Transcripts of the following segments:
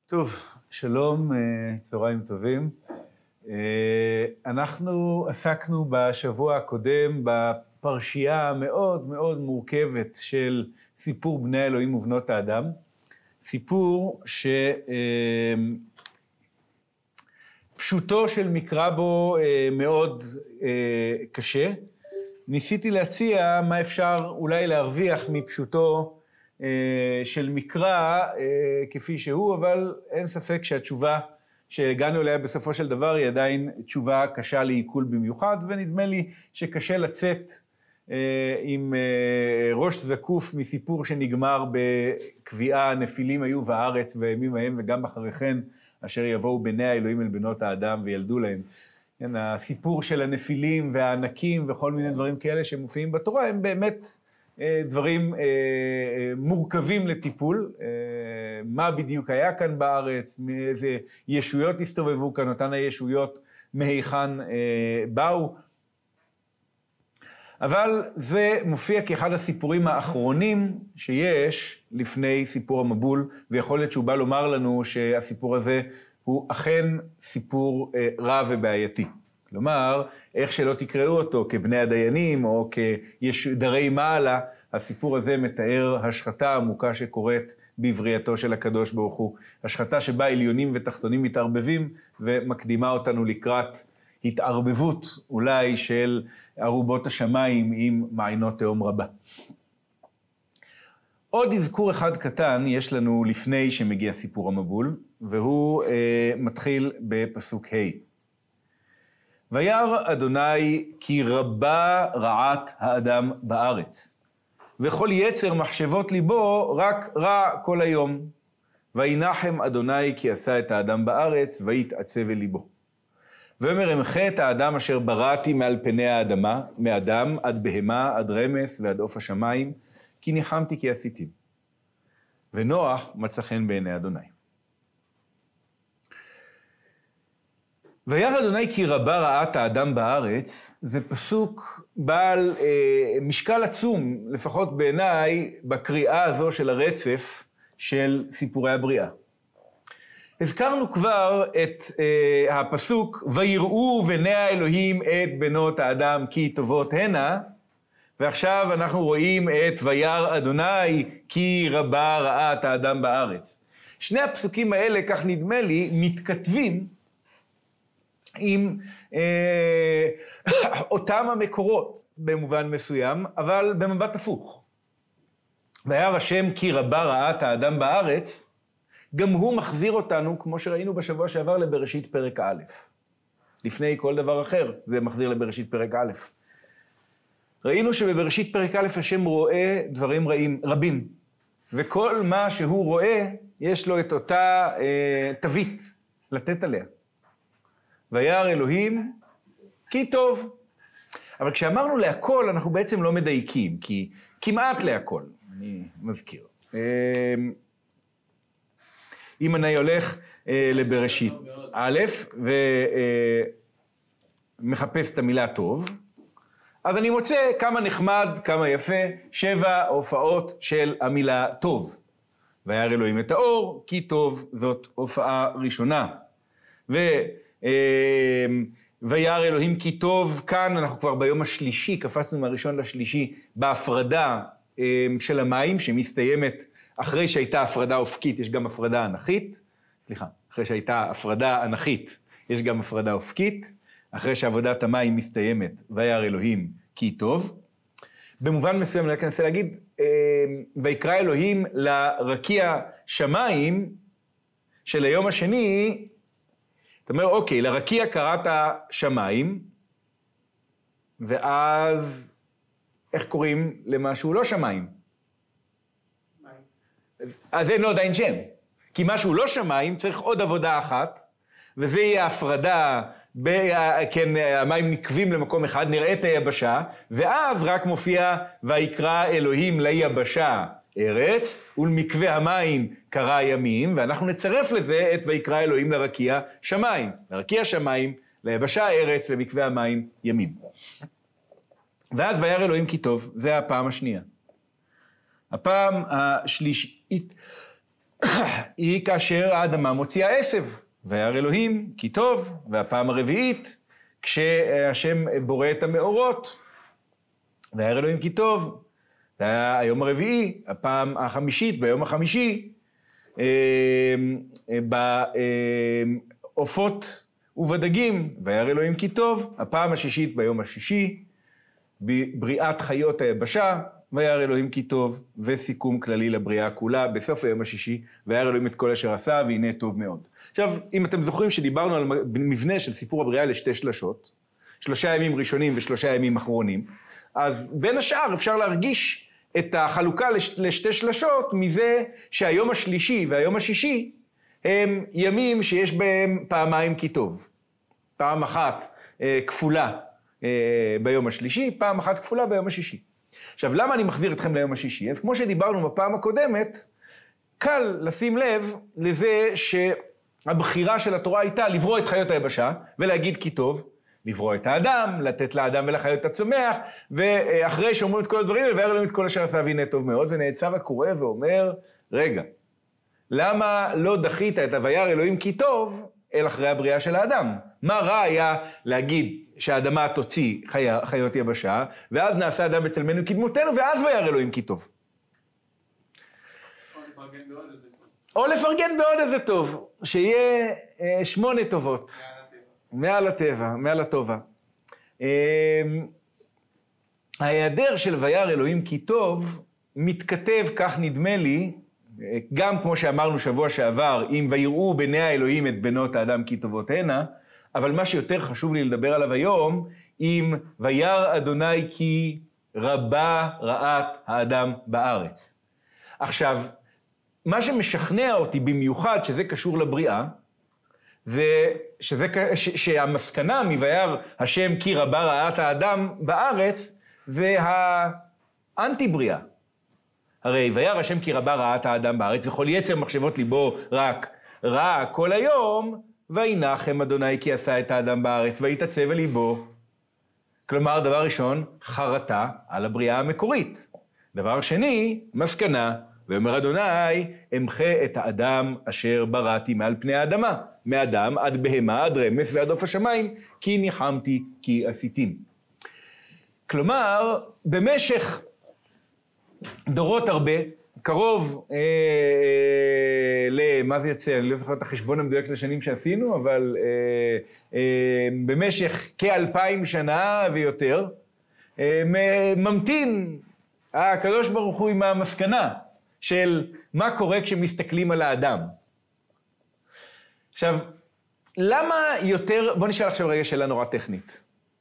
טוב, שלום, צהריים טובים. אנחנו עסקנו בשבוע הקודם בפרשייה המאוד מאוד מורכבת של סיפור בני האלוהים ובנות האדם. סיפור שפשוטו של מקרא בו מאוד קשה. ניסיתי להציע מה אפשר אולי להרוויח מפשוטו של מקרא כפי שהוא, אבל אין ספק שהתשובה שהגענו אליה בסופו של דבר היא עדיין תשובה קשה לעיכול במיוחד, ונדמה לי שקשה לצאת עם ראש זקוף מסיפור שנגמר בקביעה נפילים היו בארץ וימים ההם וגם אחריכן אשר יבואו בני האלוהים אל בנות האדם וילדו להם. כן, הסיפור של הנפילים והענקים וכל מיני דברים כאלה שמופיעים בתורה הם באמת דברים מורכבים לטיפול. מה בדיוק היה כאן בארץ, מאיזה ישויות הסתובבו כאן, אותן הישויות מהיכן באו. אבל זה מופיע כאחד הסיפורים האחרונים שיש לפני סיפור המבול, ויכול להיות שהוא בא לומר לנו שהסיפור הזה הוא אכן סיפור רע ובעייתי. כלומר, איך שלא תקראו אותו כבני הדיינים או כדרי מעלה, הסיפור הזה מתאר השחתה עמוקה שקורית בבריאתו של הקדוש ברוך הוא. השחתה שבה עליונים ותחתונים מתערבבים ומקדימה אותנו לקראת התערבבות אולי של ארובות השמיים עם מעיינות תהום רבה. עוד אזכור אחד קטן יש לנו לפני שמגיע סיפור המבול, והוא מתחיל בפסוק ה'. וירא אדוני כי רבה רעת האדם בארץ, וכל יצר מחשבות ליבו רק רע כל היום. וינחם אדוני כי עשה את האדם בארץ, ויתעצב אל ליבו. ואומר אמחה את האדם אשר בראתי מעל פני האדמה, מאדם עד בהמה עד רמס ועד עוף השמיים, כי ניחמתי כי עשיתים. ונוח מצא חן בעיני אדוני. וירא אדוני כי רבה רעת האדם בארץ, זה פסוק בעל משקל עצום, לפחות בעיניי, בקריאה הזו של הרצף של סיפורי הבריאה. הזכרנו כבר את הפסוק, ויראו בני האלוהים את בנות האדם כי טובות הנה, ועכשיו אנחנו רואים את וירא אדוני כי רבה רעת האדם בארץ. שני הפסוקים האלה, כך נדמה לי, מתכתבים עם אותם המקורות במובן מסוים, אבל במבט הפוך. וירא השם כי רבה רעת האדם בארץ, גם הוא מחזיר אותנו, כמו שראינו בשבוע שעבר, לבראשית פרק א'. לפני כל דבר אחר, זה מחזיר לבראשית פרק א'. ראינו שבבראשית פרק א' השם רואה דברים רבים, וכל מה שהוא רואה, יש לו את אותה תווית לתת עליה. וירא אלוהים כי טוב. אבל כשאמרנו להכל, אנחנו בעצם לא מדייקים, כי כמעט להכל, אני מזכיר. אם אני הולך לבראשית א' ומחפש את המילה טוב, אז אני מוצא כמה נחמד, כמה יפה, 7 הופעות של המילה טוב. וירא אלוהים את האור, כי טוב, זאת הופעה ראשונה. וירא אלוהים כי טוב, כאן אנחנו כבר ביום השלישי, קפצנו מהראשון לשלישי, בהפרדה של המים, שמסתיימת אחרי שהייתה הפרדה אופקית, יש גם הפרדה אנכית, אחרי שהייתה הפרדה אנכית, יש גם הפרדה אופקית, אחרי שעבודת המים מסתיימת, וירא אלוהים כי טוב. במובן מסוים אני אנסה להגיד, ויקרא אלוהים לרקיע שמיים של היום השני, אתה אומר, אוקיי, לרקיע קראת שמיים, ואז איך קוראים למשהו לא שמיים? אז אין לו עדיין שם. כי משהו לא שמיים צריך עוד עבודה אחת, וזה יהיה הפרדה, כן, המים נקבים למקום אחד, נראה את היבשה, ואז רק מופיע ויקרא אלוהים ליבשה ארץ, ולמקווה המים קרא ימים, ואנחנו נצרף לזה את ויקרא אלוהים לרקיע שמיים. לרקיע שמיים, ליבשה ארץ, למקווה המים ימים. ואז וירא אלוהים כי טוב, זה הפעם השנייה. הפעם השלישית, היא כאשר האדמה מוציאה עשב, וירא אלוהים כי טוב, והפעם הרביעית, כשהשם בורא את המאורות, וירא אלוהים כי טוב, זה היה היום הרביעי, הפעם החמישית, ביום החמישי, בעופות ובדגים, וירא אלוהים כי טוב, הפעם השישית ביום השישי, בבריאת חיות היבשה, וירא אלוהים כי טוב, וסיכום כללי לבריאה כולה בסוף היום השישי, וירא אלוהים את כל אשר עשה, והנה טוב מאוד. עכשיו, אם אתם זוכרים שדיברנו על מבנה של סיפור הבריאה לשתי שלשות, 3 ימים ראשונים ו3 ימים אחרונים, אז בין השאר אפשר להרגיש את החלוקה לשתי שלשות מזה שהיום השלישי והיום השישי הם ימים שיש בהם פעמיים כי טוב. פעם אחת כפולה ביום השלישי, פעם אחת כפולה ביום השישי. עכשיו, למה אני מחזיר אתכם ליום השישי? אז כמו שדיברנו בפעם הקודמת, קל לשים לב לזה שהבחירה של התורה הייתה לברוא את חיות היבשה ולהגיד כי טוב, לברוא את האדם, לתת לאדם ולחיות את הצומח, ואחרי שאומרים את כל הדברים, וירא אלוהים את כל אשר עשה והנה טוב מאוד, ונעצר הקורא ואומר, רגע, למה לא דחית את וירא אלוהים כי טוב אל אחרי הבריאה של האדם? מה רע היה להגיד שהאדמה תוציא חיות יבשה, ואז נעשה אדם בצלמנו כדמותנו, ואז וירא אלוהים כי טוב. או לפרגן בעוד איזה טוב, שיהיה 8 טובות. מעל הטבע, מעל הטובה. ההיעדר של וירא אלוהים כי טוב, מתכתב, כך נדמה לי, גם כמו שאמרנו שבוע שעבר, אם ויראו בני האלוהים את בנות האדם כי טובות הנה, אבל מה שיותר חשוב לי לדבר עליו היום, אם וירא אדוני כי רבה רעת האדם בארץ. עכשיו, מה שמשכנע אותי במיוחד שזה קשור לבריאה, זה שהמסקנה מוירא השם כי רבה רעת האדם בארץ, זה האנטי בריאה. הרי וירא השם כי רבה רעת האדם בארץ, וכל יצר מחשבות ליבו רק רע כל היום, וינחם אדוני כי עשה את האדם בארץ, ויתעצב אל ליבו. כלומר, דבר ראשון, חרטה על הבריאה המקורית. דבר שני, מסקנה, ואומר אדוני, אמחה את האדם אשר בראתי מעל פני האדמה, מאדם עד בהמה, עד רמס ועד עוף השמיים, כי ניחמתי, כי עשיתים. כלומר, במשך דורות הרבה, קרוב מה זה יצא? אני לא זוכר את החשבון המדויק לשנים שעשינו, אבל במשך כ2000 שנה ויותר, ממתין הקדוש ברוך הוא עם המסקנה של מה קורה כשמסתכלים על האדם. עכשיו, למה יותר, בוא נשאל עכשיו רגע שאלה נורא טכנית.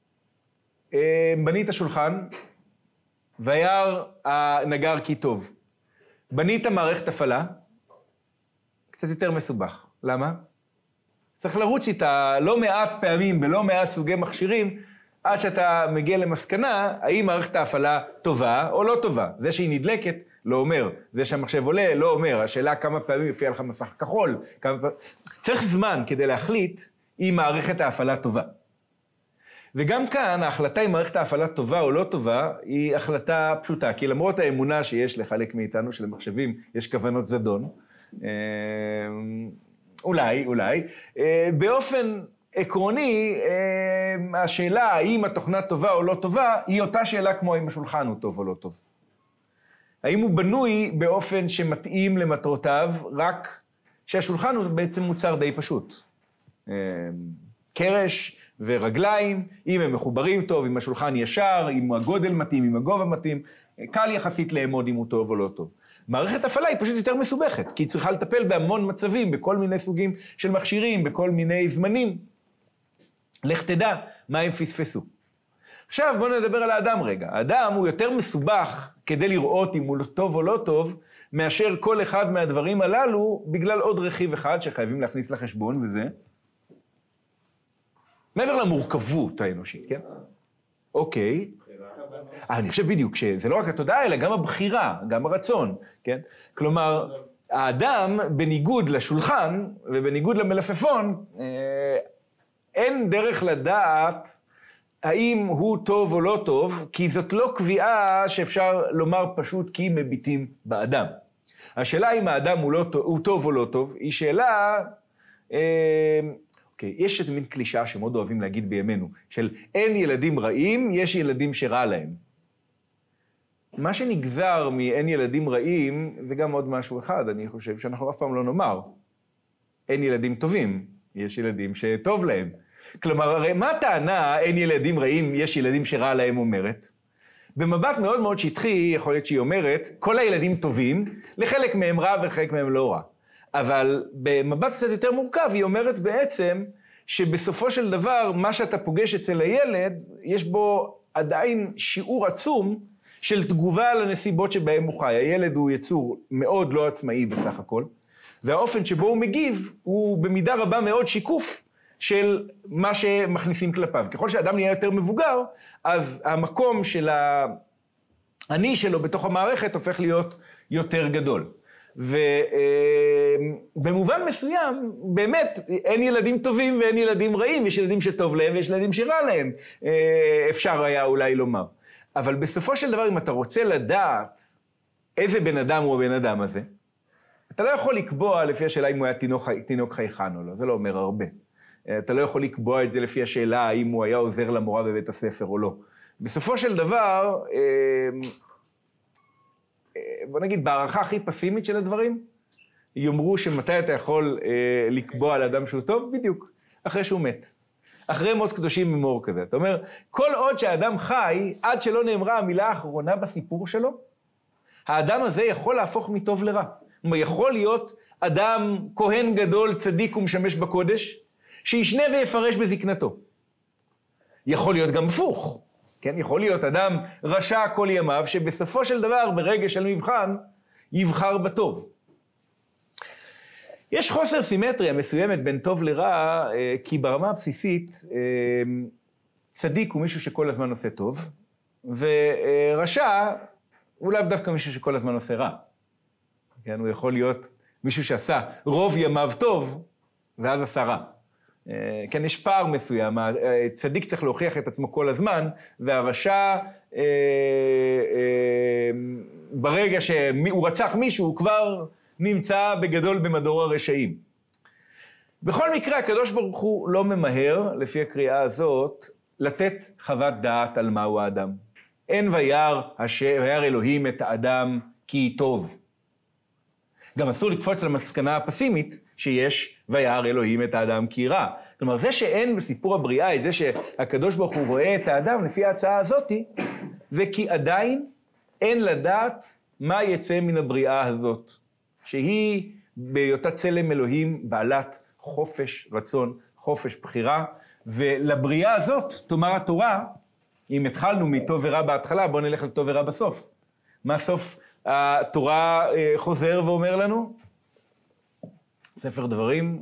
בנית שולחן, וירא הנגר כי טוב. בנית מערכת הפעלה, קצת יותר מסובך. למה? צריך לרוץ איתה לא מעט פעמים בלא מעט סוגי מכשירים, עד שאתה מגיע למסקנה, האם מערכת ההפעלה טובה או לא טובה. זה שהיא נדלקת לא אומר, זה שהמחשב עולה לא אומר, השאלה כמה פעמים יופיע לך מסך כחול. צריך זמן כדי להחליט אם מערכת ההפעלה טובה. וגם כאן ההחלטה אם מערכת ההפעלה טובה או לא טובה, היא החלטה פשוטה, כי למרות האמונה שיש לחלק מאיתנו, שלמחשבים יש כוונות זדון, אולי, באופן עקרוני, השאלה האם התוכנה טובה או לא טובה, היא אותה שאלה כמו האם השולחן הוא טוב או לא טוב. האם הוא בנוי באופן שמתאים למטרותיו, רק שהשולחן הוא בעצם מוצר די פשוט. קרש ורגליים, אם הם מחוברים טוב, אם השולחן ישר, אם הגודל מתאים, אם הגובה מתאים, קל יחסית לאמוד אם הוא טוב או לא טוב. מערכת הפעלה היא פשוט יותר מסובכת, כי היא צריכה לטפל בהמון מצבים, בכל מיני סוגים של מכשירים, בכל מיני זמנים. לך תדע מה הם פספסו. עכשיו בואו נדבר על האדם רגע. האדם הוא יותר מסובך כדי לראות אם הוא טוב או לא טוב, מאשר כל אחד מהדברים הללו, בגלל עוד רכיב אחד שחייבים להכניס לחשבון, וזה מעבר למורכבות האנושית, כן? אוקיי. אני חושב בדיוק שזה לא רק התודעה, אלא גם הבחירה, גם הרצון, כן? כלומר, האדם, בניגוד לשולחן ובניגוד למלפפון, אין דרך לדעת האם הוא טוב או לא טוב, כי זאת לא קביעה שאפשר לומר פשוט כי מביטים באדם. השאלה אם האדם הוא טוב או לא טוב, היא שאלה, אוקיי, יש איזה מין קלישאה שמאוד אוהבים להגיד בימינו, של אין ילדים רעים, יש ילדים שרע להם. מה שנגזר מאין ילדים רעים, זה גם עוד משהו אחד, אני חושב שאנחנו אף פעם לא נאמר. אין ילדים טובים, יש ילדים שטוב להם. כלומר, הרי מה הטענה, אין ילדים רעים, יש ילדים שרע להם אומרת? במבט מאוד מאוד שטחי, יכול להיות שהיא אומרת, כל הילדים טובים, לחלק מהם רע ולחלק מהם לא רע. אבל במבט קצת יותר מורכב, היא אומרת בעצם, שבסופו של דבר, מה שאתה פוגש אצל הילד, יש בו עדיין שיעור עצום, של תגובה לנסיבות שבהם הוא חי. הילד הוא יצור מאוד לא עצמאי בסך הכל, והאופן שבו הוא מגיב, הוא במידה רבה מאוד שיקוף, של מה שמכניסים כלפיו. ככל שאדם נהיה יותר מבוגר, אז המקום של האני שלו בתוך המערכת הופך להיות יותר גדול. ובמובן מסוים, באמת, אין ילדים טובים ואין ילדים רעים, יש ילדים שטוב להם ויש ילדים שרע להם, אפשר היה אולי לומר. אבל בסופו של דבר, אם אתה רוצה לדעת איזה בן אדם הוא הבן אדם הזה, אתה לא יכול לקבוע לפי השאלה אם הוא היה תינוק חייכן או לא, זה לא אומר הרבה. אתה לא יכול לקבוע את זה לפי השאלה האם הוא היה עוזר למורה בבית הספר או לא. בסופו של דבר, בוא נגיד, בהערכה הכי פסימית של הדברים, יאמרו שמתי אתה יכול לקבוע על אדם שהוא טוב, בדיוק, אחרי שהוא מת. אחרי מות קדושים ממור כזה. אתה אומר, כל עוד שהאדם חי, עד שלא נאמרה המילה האחרונה בסיפור שלו, האדם הזה יכול להפוך מטוב לרע. הוא יכול להיות אדם כהן גדול, צדיק ומשמש בקודש, שישנה ויפרש בזקנתו. יכול להיות גם הפוך, כן? יכול להיות אדם רשע כל ימיו, שבסופו של דבר, ברגע של מבחן, יבחר בטוב. יש חוסר סימטריה מסוימת בין טוב לרע, כי ברמה הבסיסית, צדיק הוא מישהו שכל הזמן עושה טוב, ורשע הוא לאו דווקא מישהו שכל הזמן עושה רע. כן? הוא יכול להיות מישהו שעשה רוב ימיו טוב, ואז עשה רע. כן, יש פער מסוים, צדיק צריך להוכיח את עצמו כל הזמן, והרשע, ברגע שהוא רצח מישהו, הוא כבר נמצא בגדול במדור הרשעים. בכל מקרה, הקדוש ברוך הוא לא ממהר, לפי הקריאה הזאת, לתת חוות דעת על מהו האדם. אין וירא אלוהים את האדם כי טוב. גם אסור לקפוץ למסקנה הפסימית שיש וירא אלוהים את האדם כי רע. כלומר, זה שאין בסיפור הבריאה, זה שהקדוש ברוך הוא רואה את האדם לפי ההצעה הזאת, זה כי עדיין אין לדעת מה יצא מן הבריאה הזאת, שהיא בהיותה צלם אלוהים בעלת חופש רצון, חופש בחירה, ולבריאה הזאת, תאמר התורה, אם התחלנו מטוב ורע בהתחלה, בואו נלך לטוב ורע בסוף. מה סוף התורה חוזר ואומר לנו? ספר דברים,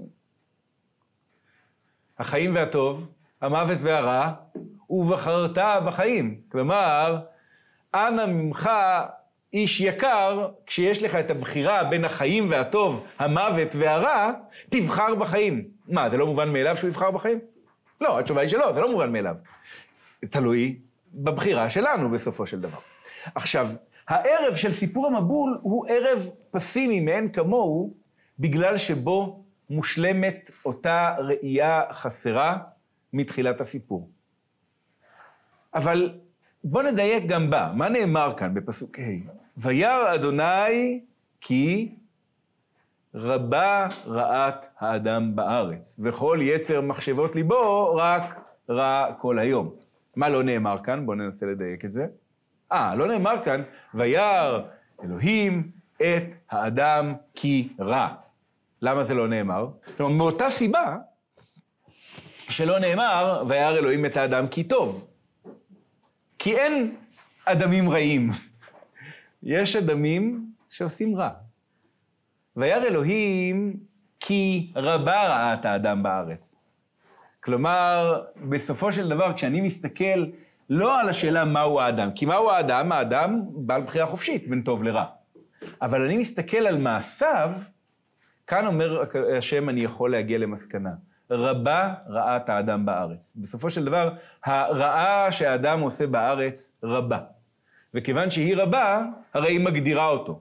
החיים והטוב, המוות והרע, ובחרת בחיים. כלומר, אנא ממך איש יקר, כשיש לך את הבחירה בין החיים והטוב, המוות והרע, תבחר בחיים. מה, זה לא מובן מאליו שהוא יבחר בחיים? לא, התשובה היא שלא, זה לא מובן מאליו. תלוי בבחירה שלנו בסופו של דבר. עכשיו, הערב של סיפור המבול הוא ערב פסימי מאין כמוהו, בגלל שבו מושלמת אותה ראייה חסרה מתחילת הסיפור. אבל בוא נדייק גם בה. מה נאמר כאן בפסוק ה'? וירא אדוני כי רבה רעת האדם בארץ, וכל יצר מחשבות ליבו רק רע כל היום. מה לא נאמר כאן? בוא ננסה לדייק את זה. לא נאמר כאן, וירא אלוהים את האדם כי רע. למה זה לא נאמר? כלומר, מאותה סיבה שלא נאמר, וירא אלוהים את האדם כי טוב. כי אין אדמים רעים. יש אדמים שעושים רע. וירא אלוהים כי רבה רעת האדם בארץ. כלומר, בסופו של דבר, כשאני מסתכל לא על השאלה מהו האדם, כי מהו האדם? האדם בעל בחירה חופשית בין טוב לרע. אבל אני מסתכל על מעשיו, כאן אומר השם, אני יכול להגיע למסקנה. רבה רעת האדם בארץ. בסופו של דבר, הרעה שהאדם עושה בארץ רבה. וכיוון שהיא רבה, הרי היא מגדירה אותו.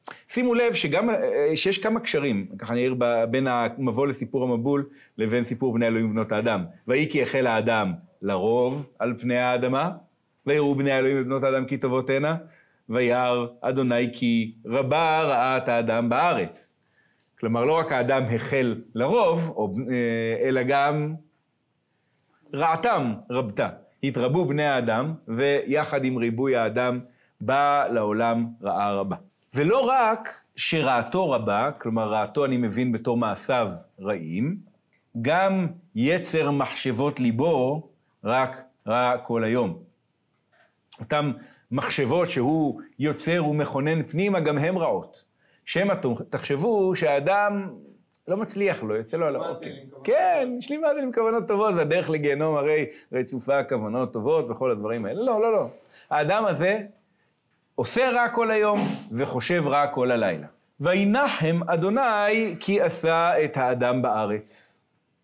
שימו לב שיש כמה קשרים, ככה נעיר בין המבוא לסיפור המבול לבין סיפור בני אלוהים ובנות האדם. ויהי כי החל האדם לרוב על פני האדמה, ויראו בני אלוהים ובנות האדם כי טובות הנה, וירא אדוני כי רבה רעת האדם בארץ. כלומר, לא רק האדם החל לרוב, אלא גם רעתם רבתה. התרבו בני האדם, ויחד עם ריבוי האדם בא לעולם רעה רבה. ולא רק שרעתו רבה, כלומר רעתו אני מבין בתור מעשיו רעים, גם יצר מחשבות ליבו רק רע כל היום. אותם מחשבות שהוא יוצר ומכונן פנימה, גם הם רעות. שמא תחשבו שהאדם לא מצליח לו, יוצא לו על העוקם. כן, יש לי מזל עם כוונות טובות, והדרך לגיהנום הרי רצופה כוונות טובות וכל הדברים האלה. לא, לא, לא. האדם הזה עושה רע כל היום וחושב רע כל הלילה. וינחם אדוני כי עשה את האדם בארץ.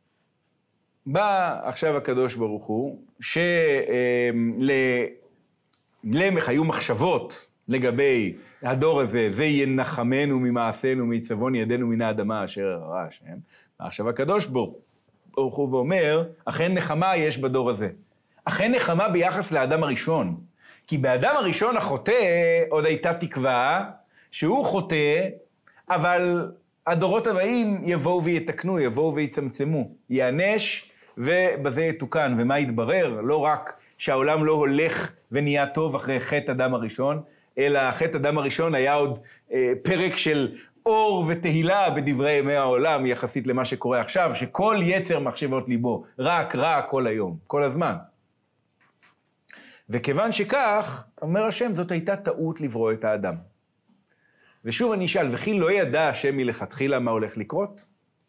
בא עכשיו הקדוש ברוך הוא, למך היו מחשבות לגבי הדור הזה, וינחמנו ממעשינו, מצבון ידינו מן האדמה אשר הרע השם. עכשיו הקדוש ברוך הוא ואומר, אכן נחמה יש בדור הזה. אכן נחמה ביחס לאדם הראשון. כי באדם הראשון החוטא עוד הייתה תקווה שהוא חוטא, אבל הדורות הבאים יבואו ויתקנו, יבואו ויצמצמו. יענש ובזה יתוקן. ומה יתברר? לא רק שהעולם לא הולך ונהיה טוב אחרי חטא אדם הראשון, אלא חטא אדם הראשון היה עוד פרק של אור ותהילה בדברי ימי העולם, יחסית למה שקורה עכשיו, שכל יצר מחשבות ליבו, רק רע כל היום, כל הזמן. וכיוון שכך, אומר השם, זאת הייתה טעות לברוא את האדם. ושוב אני אשאל, וכי לא ידע השם מלכתחילה מה הולך לקרות?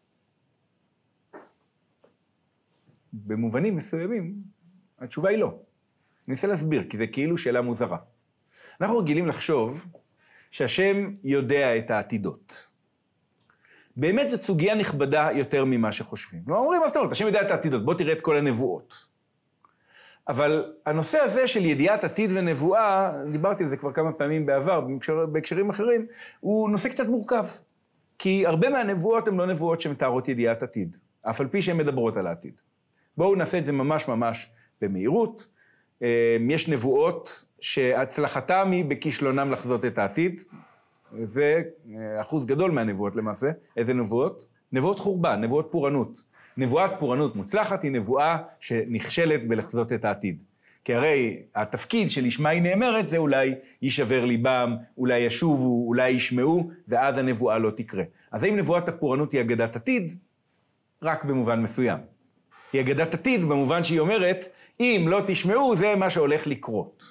במובנים מסוימים, התשובה היא לא. אני אנסה להסביר, כי זה כאילו שאלה מוזרה. אנחנו רגילים לחשוב שהשם יודע את העתידות. באמת זאת סוגיה נכבדה יותר ממה שחושבים. לא אומרים, מה זאת אומרת, השם יודע את העתידות, בוא תראה את כל הנבואות. אבל הנושא הזה של ידיעת עתיד ונבואה, דיברתי על זה כבר כמה פעמים בעבר, בהקשרים אחרים, הוא נושא קצת מורכב. כי הרבה מהנבואות הן לא נבואות שמתארות ידיעת עתיד, אף על פי שהן מדברות על העתיד. בואו נעשה את זה ממש ממש במהירות. יש נבואות שהצלחתם היא בכישלונם לחזות את העתיד, זה אחוז גדול מהנבואות למעשה. איזה נבואות? נבואות חורבן, נבואות פורענות. נבואת פורענות מוצלחת היא נבואה שנכשלת בלחזות את העתיד. כי הרי התפקיד שלשמה היא נאמרת זה אולי יישבר ליבם, אולי ישובו, אולי ישמעו, ואז הנבואה לא תקרה. אז האם נבואת הפורענות היא אגדת עתיד? רק במובן מסוים. היא אגדת עתיד במובן שהיא אומרת, אם לא תשמעו זה מה שהולך לקרות.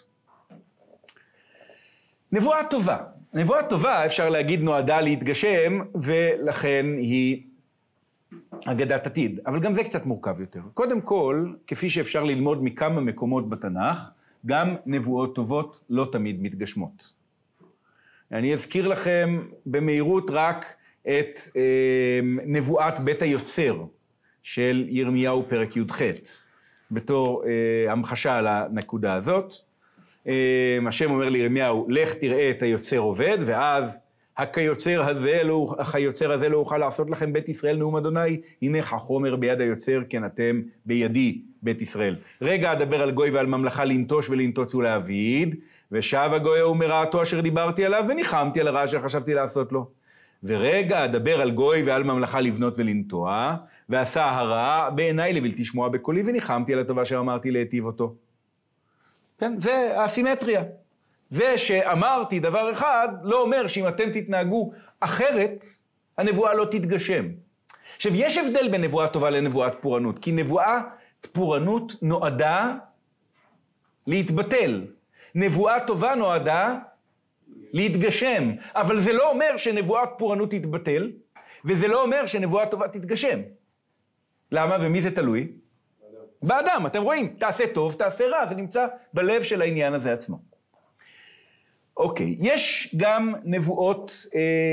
נבואה טובה. נבואה טובה אפשר להגיד נועדה להתגשם, ולכן היא אגדת עתיד, אבל גם זה קצת מורכב יותר. קודם כל, כפי שאפשר ללמוד מכמה מקומות בתנ"ך, גם נבואות טובות לא תמיד מתגשמות. אני אזכיר לכם במהירות רק את נבואת בית היוצר של ירמיהו פרק י"ח, בתור המחשה על הנקודה הזאת. השם אומר לירמיהו, לך תראה את היוצר עובד, ואז היוצר הזה לא אוכל לעשות לכם בית ישראל נאום אדוני, הנה החומר ביד היוצר, כן אתם בידי בית ישראל. רגע אדבר על גוי ועל ממלכה לנטוש ולנטוץ ולהביד, ושב הגוי ההוא מרעתו אשר דיברתי עליו, וניחמתי על הרע שחשבתי לעשות לו. ורגע אדבר על גוי ועל ממלכה לבנות ולנטוע, ועשה הרע בעיניי לבלתי שמוע בקולי, וניחמתי על הטובה שאמרתי להיטיב אותו. כן, זה הסימטריה. זה שאמרתי דבר אחד, לא אומר שאם אתם תתנהגו אחרת, הנבואה לא תתגשם. עכשיו, יש הבדל בין נבואה טובה לנבואת פורענות, כי נבואת פורענות נועדה להתבטל. נבואה טובה נועדה להתגשם, אבל זה לא אומר שנבואת פורענות תתבטל, וזה לא אומר שנבואה טובה תתגשם. למה? במי זה תלוי? באדם, אתם רואים, תעשה טוב, תעשה רע, זה נמצא בלב של העניין הזה עצמו. אוקיי, יש גם נבואות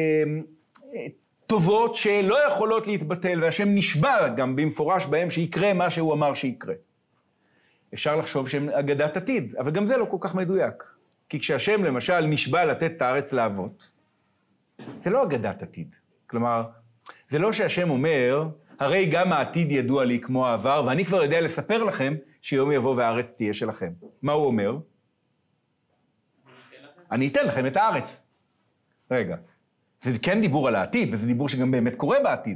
טובות שלא יכולות להתבטל, והשם נשבע גם במפורש בהם שיקרה מה שהוא אמר שיקרה. אפשר לחשוב שהם אגדת עתיד, אבל גם זה לא כל כך מדויק. כי כשהשם למשל נשבע לתת את הארץ לאבות, זה לא אגדת עתיד. כלומר, זה לא שהשם אומר, הרי גם העתיד ידוע לי כמו העבר, ואני כבר יודע לספר לכם שיום יבוא והארץ תהיה שלכם. מה הוא אומר? אני אתן לכם את הארץ. רגע, זה כן דיבור על העתיד, וזה דיבור שגם באמת קורה בעתיד.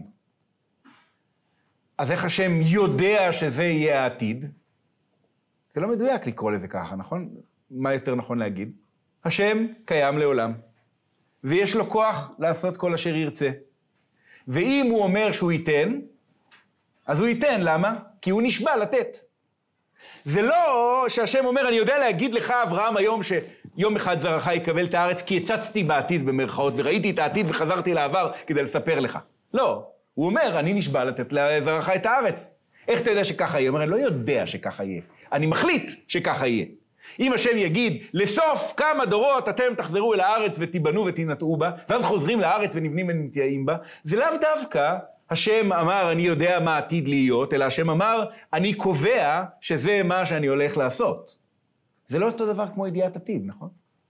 אז איך השם יודע שזה יהיה העתיד? זה לא מדויק לקרוא לזה ככה, נכון? מה יותר נכון להגיד? השם קיים לעולם, ויש לו כוח לעשות כל אשר ירצה. ואם הוא אומר שהוא ייתן, אז הוא ייתן, למה? כי הוא נשבע לתת. זה לא שהשם אומר, אני יודע להגיד לך, אברהם, היום שיום אחד זרעך יקבל את הארץ, כי הצצתי בעתיד במרכאות, וראיתי את העתיד וחזרתי לעבר כדי לספר לך. לא, הוא אומר, אני נשבע לתת לזרעך את הארץ. איך אתה יודע שככה יהיה? הוא אומר, אני לא יודע שככה יהיה. אני מחליט שככה יהיה. אם השם יגיד, לסוף כמה דורות אתם תחזרו אל הארץ ותיבנו ותנטעו בה, ואז חוזרים לארץ ונבנים ונטעים בה, זה לאו דווקא השם אמר, אני יודע מה עתיד להיות, אלא השם אמר, אני קובע שזה מה שאני הולך לעשות. זה לא אותו דבר כמו ידיעת עתיד, נכון?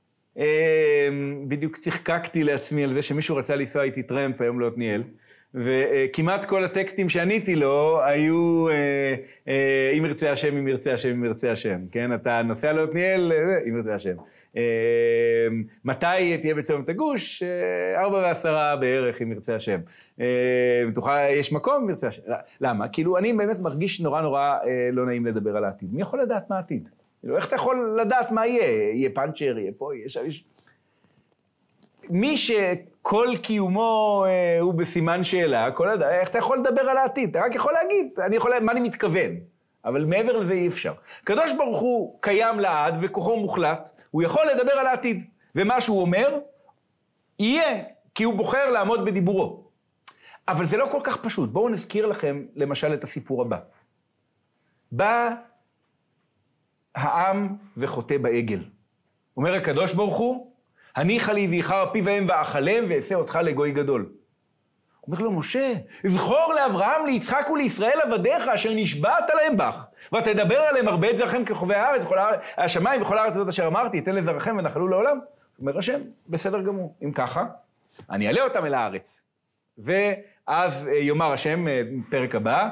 בדיוק צחקקתי לעצמי על זה שמישהו רצה לנסוע איתי טרמפ היום לעתניאל, וכמעט כל הטקסטים שעניתי לו היו, אם ירצה השם, אם ירצה השם, אם ירצה השם, כן? אתה נוסע לעתניאל, אם ירצה השם. מתי תהיה בצומת הגוש? 4:10 בערך, אם ירצה השם. יש מקום, אם ירצה השם. למה? כאילו, אני באמת מרגיש נורא לא נעים לדבר על העתיד. מי יכול לדעת מה העתיד? איך אתה יכול לדעת מה יהיה? יהיה פאנצ'ר, יהיה פה, יהיה שם. מי שכל קיומו הוא בסימן שאלה, איך אתה יכול לדבר על העתיד? אתה רק יכול להגיד, מה אני מתכוון? אבל מעבר לזה אי אפשר. הקדוש ברוך הוא קיים לעד וכוחו מוחלט, הוא יכול לדבר על העתיד. ומה שהוא אומר, יהיה, כי הוא בוחר לעמוד בדיבורו. אבל זה לא כל כך פשוט. בואו נזכיר לכם למשל את הסיפור הבא. בא העם וחוטא בעגל. אומר הקדוש ברוך הוא, הניחה לי ואיחר פי והם ואכלם ואעשה אותך לגוי גדול. אומר לו, משה, זכור לאברהם, ליצחק ולישראל עבדיך, אשר נשבעת להם בך, ותדבר עליהם הרבה את זרעכם כחובי הארץ, השמיים וכל הארץ הזאת אשר אמרתי, אתן לזרעכם ונחלו לעולם. אומר השם, בסדר גמור. אם ככה, אני אעלה אותם אל הארץ. ואז יאמר השם, פרק הבא,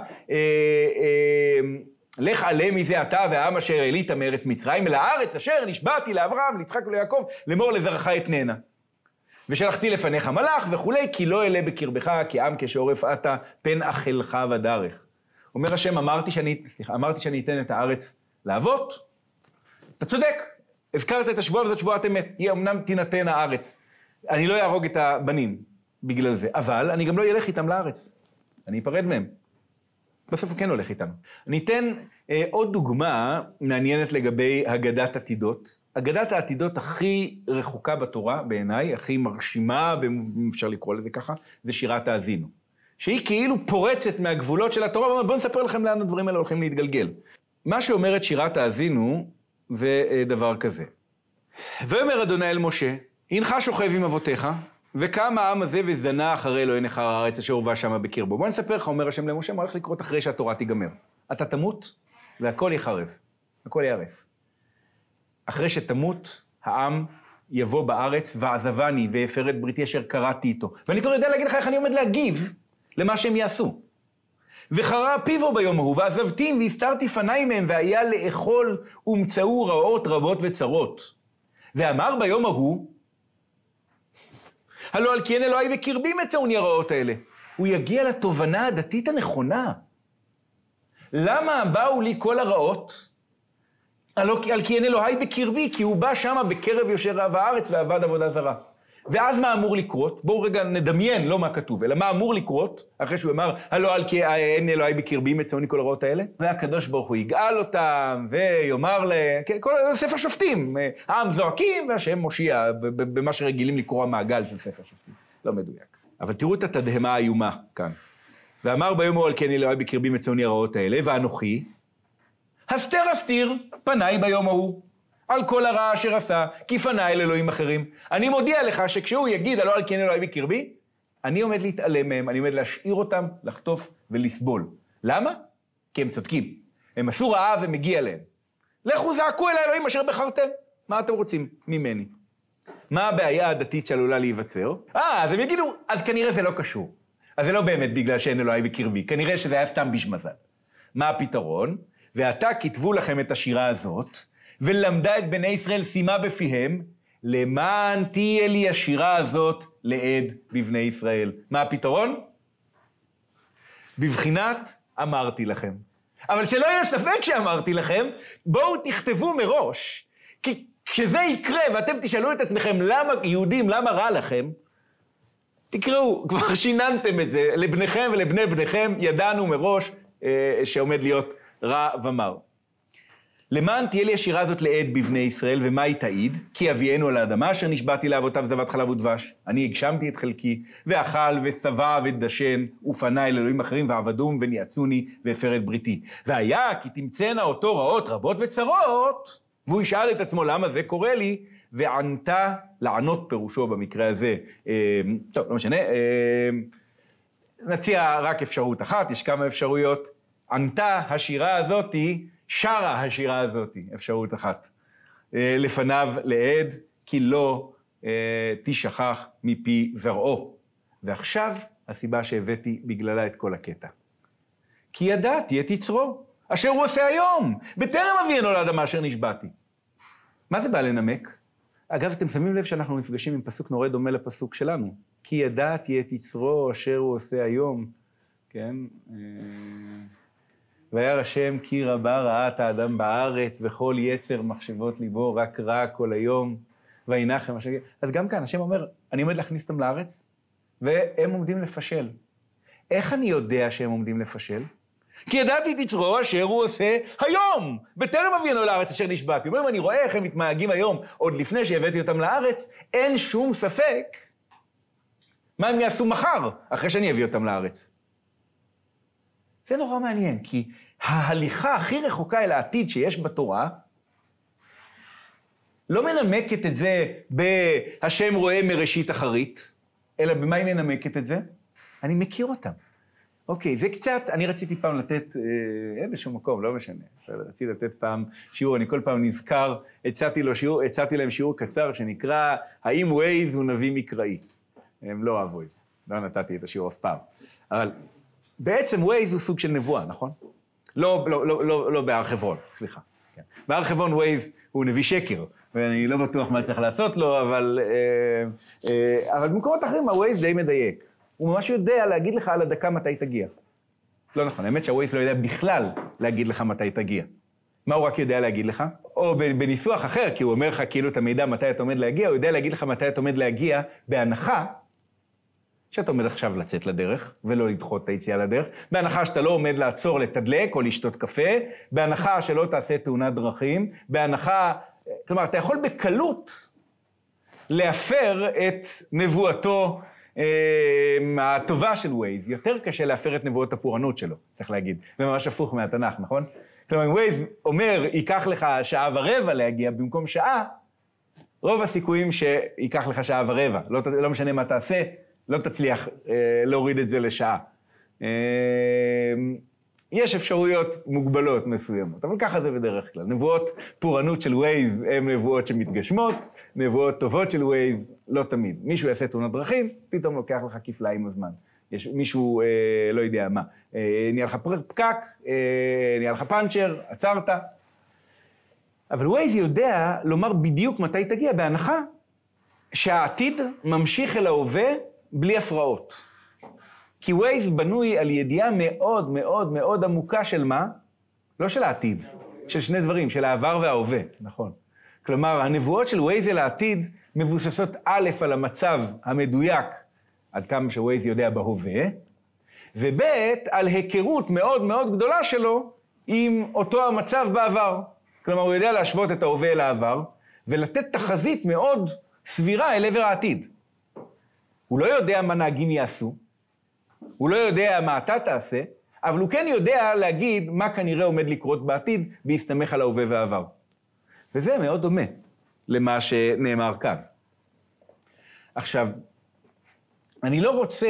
לך עלה מזה אתה והעם אשר העלית מארץ מצרים, אל הארץ אשר נשבעתי לאברהם, ליצחק וליעקב, לאמור לזרעך אתננה. ושלחתי לפניך מלאך וכולי, כי לא אלה בקרבך, כי עם כשעורף אתה, פן אכלך ודרך. אומר השם, אמרתי שאני אתן את הארץ לאבות. אתה צודק, הזכרת את השבועה וזאת שבועת אמת. היא אמנם תינתן הארץ. אני לא אהרוג את הבנים בגלל זה, אבל אני גם לא ילך איתם לארץ. אני אפרד מהם. בסוף הוא כן הולך איתנו. אני אתן עוד דוגמה מעניינת לגבי הגדת עתידות. הגדת העתידות הכי רחוקה בתורה בעיניי, הכי מרשימה, אם אפשר לקרוא לזה ככה, זה שירת האזינו. שהיא כאילו פורצת מהגבולות של התורה, ואומרת, בואו נספר לכם לאן הדברים האלה הולכים להתגלגל. מה שאומרת שירת האזינו זה דבר כזה. ואומר אדוני אל משה, הנך שוכב עם אבותיך, וקם העם הזה וזנה אחרי אלוהי נכר הארץ אשר הובא שמה בקרבו. בוא נספר לך, אומר השם למשה, מה הולך לקרות אחרי שהתורה תיגמר. אתה תמות והכל יחרב, הכל יהרס. אחרי שתמות, העם יבוא בארץ ועזבני והפר את בריתי אשר קראתי איתו. ואני כבר יודע להגיד לך איך אני עומד להגיב למה שהם יעשו. וחרה פיו ביום ההוא, ועזבתים והסתרתי פניי מהם, והיה לאכול ומצאו רעות רבות וצרות. ואמר ביום ההוא, הלא על כי אין אלוהי בקרבי מצאוני הרעות האלה. הוא יגיע לתובנה הדתית הנכונה. למה באו לי כל הרעות? על כי אין אלוהי בקרבי, כי הוא בא שם בקרב יושב רעב הארץ ועבד עבודה זרה. ואז מה אמור לקרות? בואו רגע נדמיין, לא מה כתוב, אלא מה אמור לקרות, אחרי שהוא אמר, הלא על כי אין אלוהי בקרבי מצאוני כל הרעות האלה? והקדוש ברוך הוא יגאל אותם, ויאמר כל ספר שופטים, העם זועקים, והשם מושיע, במה שרגילים לקרוא המעגל של ספר שופטים. לא מדויק. אבל תראו את התדהמה האיומה כאן. ואמר ביום ההוא על כי אין אלוהי בקרבי מצאוני הרעות האלה, ואנוכי, הסתיר פניי ביום ההוא, על כל הרע אשר עשה, כי פניי אל אלוהים אחרים. אני מודיע לך שכשהוא יגיד, הלא על כי אין אלוהי בקרבי, אני עומד להתעלם מהם, אני עומד להשאיר אותם, לחטוף ולסבול. למה? כי הם צודקים. הם עשו רעה ומגיע להם. לכו זעקו אל האלוהים אשר בחרתם. מה אתם רוצים ממני? מה הבעיה הדתית שעלולה להיווצר? אז הם יגידו, אז כנראה זה לא קשור. אז זה לא באמת בגלל שאין אלוהי בקרבי, כנראה שזה היה סתם בשמזל. מה הפתרון? ועתה כתבו לכם את השירה הזאת, ולמדה את בני ישראל שימה בפיהם, למען תהיה לי השירה הזאת לעד בבני ישראל. מה הפתרון? בבחינת אמרתי לכם. אבל שלא יהיה ספק שאמרתי לכם, בואו תכתבו מראש, כי כשזה יקרה ואתם תשאלו את עצמכם למה יהודים, למה רע לכם, תקראו, כבר שיננתם את זה, לבניכם ולבני בניכם ידענו מראש שעומד להיות רע ומר. למען תהיה לי השירה הזאת לעד בבני ישראל, ומה היא תעיד? כי אביאנו על האדמה אשר נשבעתי לאבותיו זבת חלב ודבש. אני הגשמתי את חלקי, ואכל ושבע ודשן, ופנה אל אלוהים אחרים ועבדום וניאצוני והפר את בריתי. והיה כי תמצאנה אותו רעות רבות וצרות, והוא ישאל את עצמו למה זה קורה לי, וענתה לענות פירושו במקרה הזה. טוב, לא משנה. נציע רק אפשרות אחת, יש כמה אפשרויות. ענתה השירה הזאתי, שרה השירה הזאת, אפשרות אחת. לפניו לעד, כי לא תשכח מפי זרעו. ועכשיו הסיבה שהבאתי בגללה את כל הקטע. כי ידעתי את יצרו, אשר הוא עושה היום, בטרם אביאנו לאדמה אשר נשבעתי. מה זה בא לנמק? אגב, אתם שמים לב שאנחנו נפגשים עם פסוק נורא דומה לפסוק שלנו. כי ידעתי את יצרו, אשר הוא עושה היום. כן? וירא השם כי רבה רעת האדם בארץ, וכל יצר מחשבות ליבו רק רע כל היום, וינחם השם. אז גם כאן, השם אומר, אני עומד להכניס אותם לארץ, והם עומדים לפשל. איך אני יודע שהם עומדים לפשל? כי ידעתי את יצרו אשר הוא עושה היום, בטרם אביאנו לארץ אשר נשבעתי. אומרים, אני רואה איך הם מתנהגים היום, עוד לפני שהבאתי אותם לארץ, אין שום ספק מה הם יעשו מחר, אחרי שאני אביא אותם לארץ. זה נורא מעניין, כי ההליכה הכי רחוקה אל העתיד שיש בתורה, לא מנמקת את זה בהשם רואה מראשית אחרית, אלא במה היא מנמקת את זה? אני מכיר אותם. אוקיי, זה קצת, אני רציתי פעם לתת איזשהו מקום, לא משנה. רציתי לתת פעם שיעור, אני כל פעם נזכר, הצעתי להם שיעור קצר שנקרא, האם ווייז הוא נביא מקראי? הם לא אהבו את זה, לא נתתי את השיעור אף פעם. אבל בעצם ווייז הוא סוג של נבואה, נכון? לא בהר חברון, סליחה. כן. בהר חברון ווייז הוא נביא שקר, ואני לא בטוח מה צריך לעשות לו, אבל במקומות אחרים הווייז די מדייק. הוא ממש יודע להגיד לך על הדקה מתי תגיע. לא נכון, האמת שהווייז לא יודע בכלל להגיד לך מתי תגיע. מה הוא רק יודע להגיד לך? או בניסוח אחר, כי הוא אומר לך כאילו את המידע מתי אתה עומד להגיע, הוא יודע להגיד לך מתי אתה עומד להגיע, בהנחה שאתה עומד עכשיו לצאת לדרך, ולא לדחות את היציאה לדרך, בהנחה שאתה לא עומד לעצור לתדלק או לשתות קפה, בהנחה שלא תעשה תאונת דרכים, בהנחה, כלומר, אתה יכול בקלות להפר את נבואתו הטובה של ווייז. יותר קשה להפר את נבואות הפורענות שלו, צריך להגיד. זה ממש הפוך מהתנ"ך, נכון? כלומר, ווייז אומר, ייקח לך שעה ורבע להגיע במקום שעה, רוב הסיכויים שיקח לך שעה ורבע. לא משנה מה תעשה, לא תצליח להוריד את זה לשעה. יש אפשרויות מוגבלות מסוימות, אבל ככה זה בדרך כלל. נבואות פורענות של ווייז הן נבואות שמתגשמות, נבואות טובות של ווייז לא תמיד. מישהו יעשה תאונת דרכים, פתאום לוקח לך כפלה עם הזמן. יש מישהו, לא יודע מה, נהיה לך פקק, נהיה לך פאנצ'ר, עצרת. אבל ווייז יודע לומר בדיוק מתי תגיע, בהנחה שהעתיד ממשיך אל ההווה בלי הפרעות. כי ווייז בנוי על ידיעה מאוד מאוד מאוד עמוקה של מה? לא של העתיד, של שני דברים, של העבר וההווה, נכון. כלומר, הנבואות של ווייז אל העתיד מבוססות א' על המצב המדויק, עד כמה שווייז יודע בהווה, וב' על היכרות מאוד מאוד גדולה שלו עם אותו המצב בעבר. כלומר, הוא יודע להשוות את ההווה אל העבר, ולתת תחזית מאוד סבירה אל עבר העתיד. הוא לא יודע מה נהגים יעשו, הוא לא יודע מה אתה תעשה, אבל הוא כן יודע להגיד מה כנראה עומד לקרות בעתיד, בהסתמך על ההווה והעבר. וזה מאוד דומה למה שנאמר כאן. עכשיו, אני לא רוצה,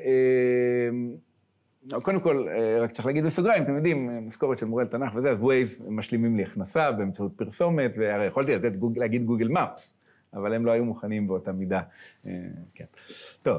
קודם כל, רק צריך להגיד בסוגריים, אתם יודעים, משכורת של מורה לתנ"ך וזה, אז ווייז משלימים לי הכנסה באמצעות פרסומת, והרי יכולתי להגיד גוגל מפס, אבל הם לא היו מוכנים באותה מידה. כן. טוב,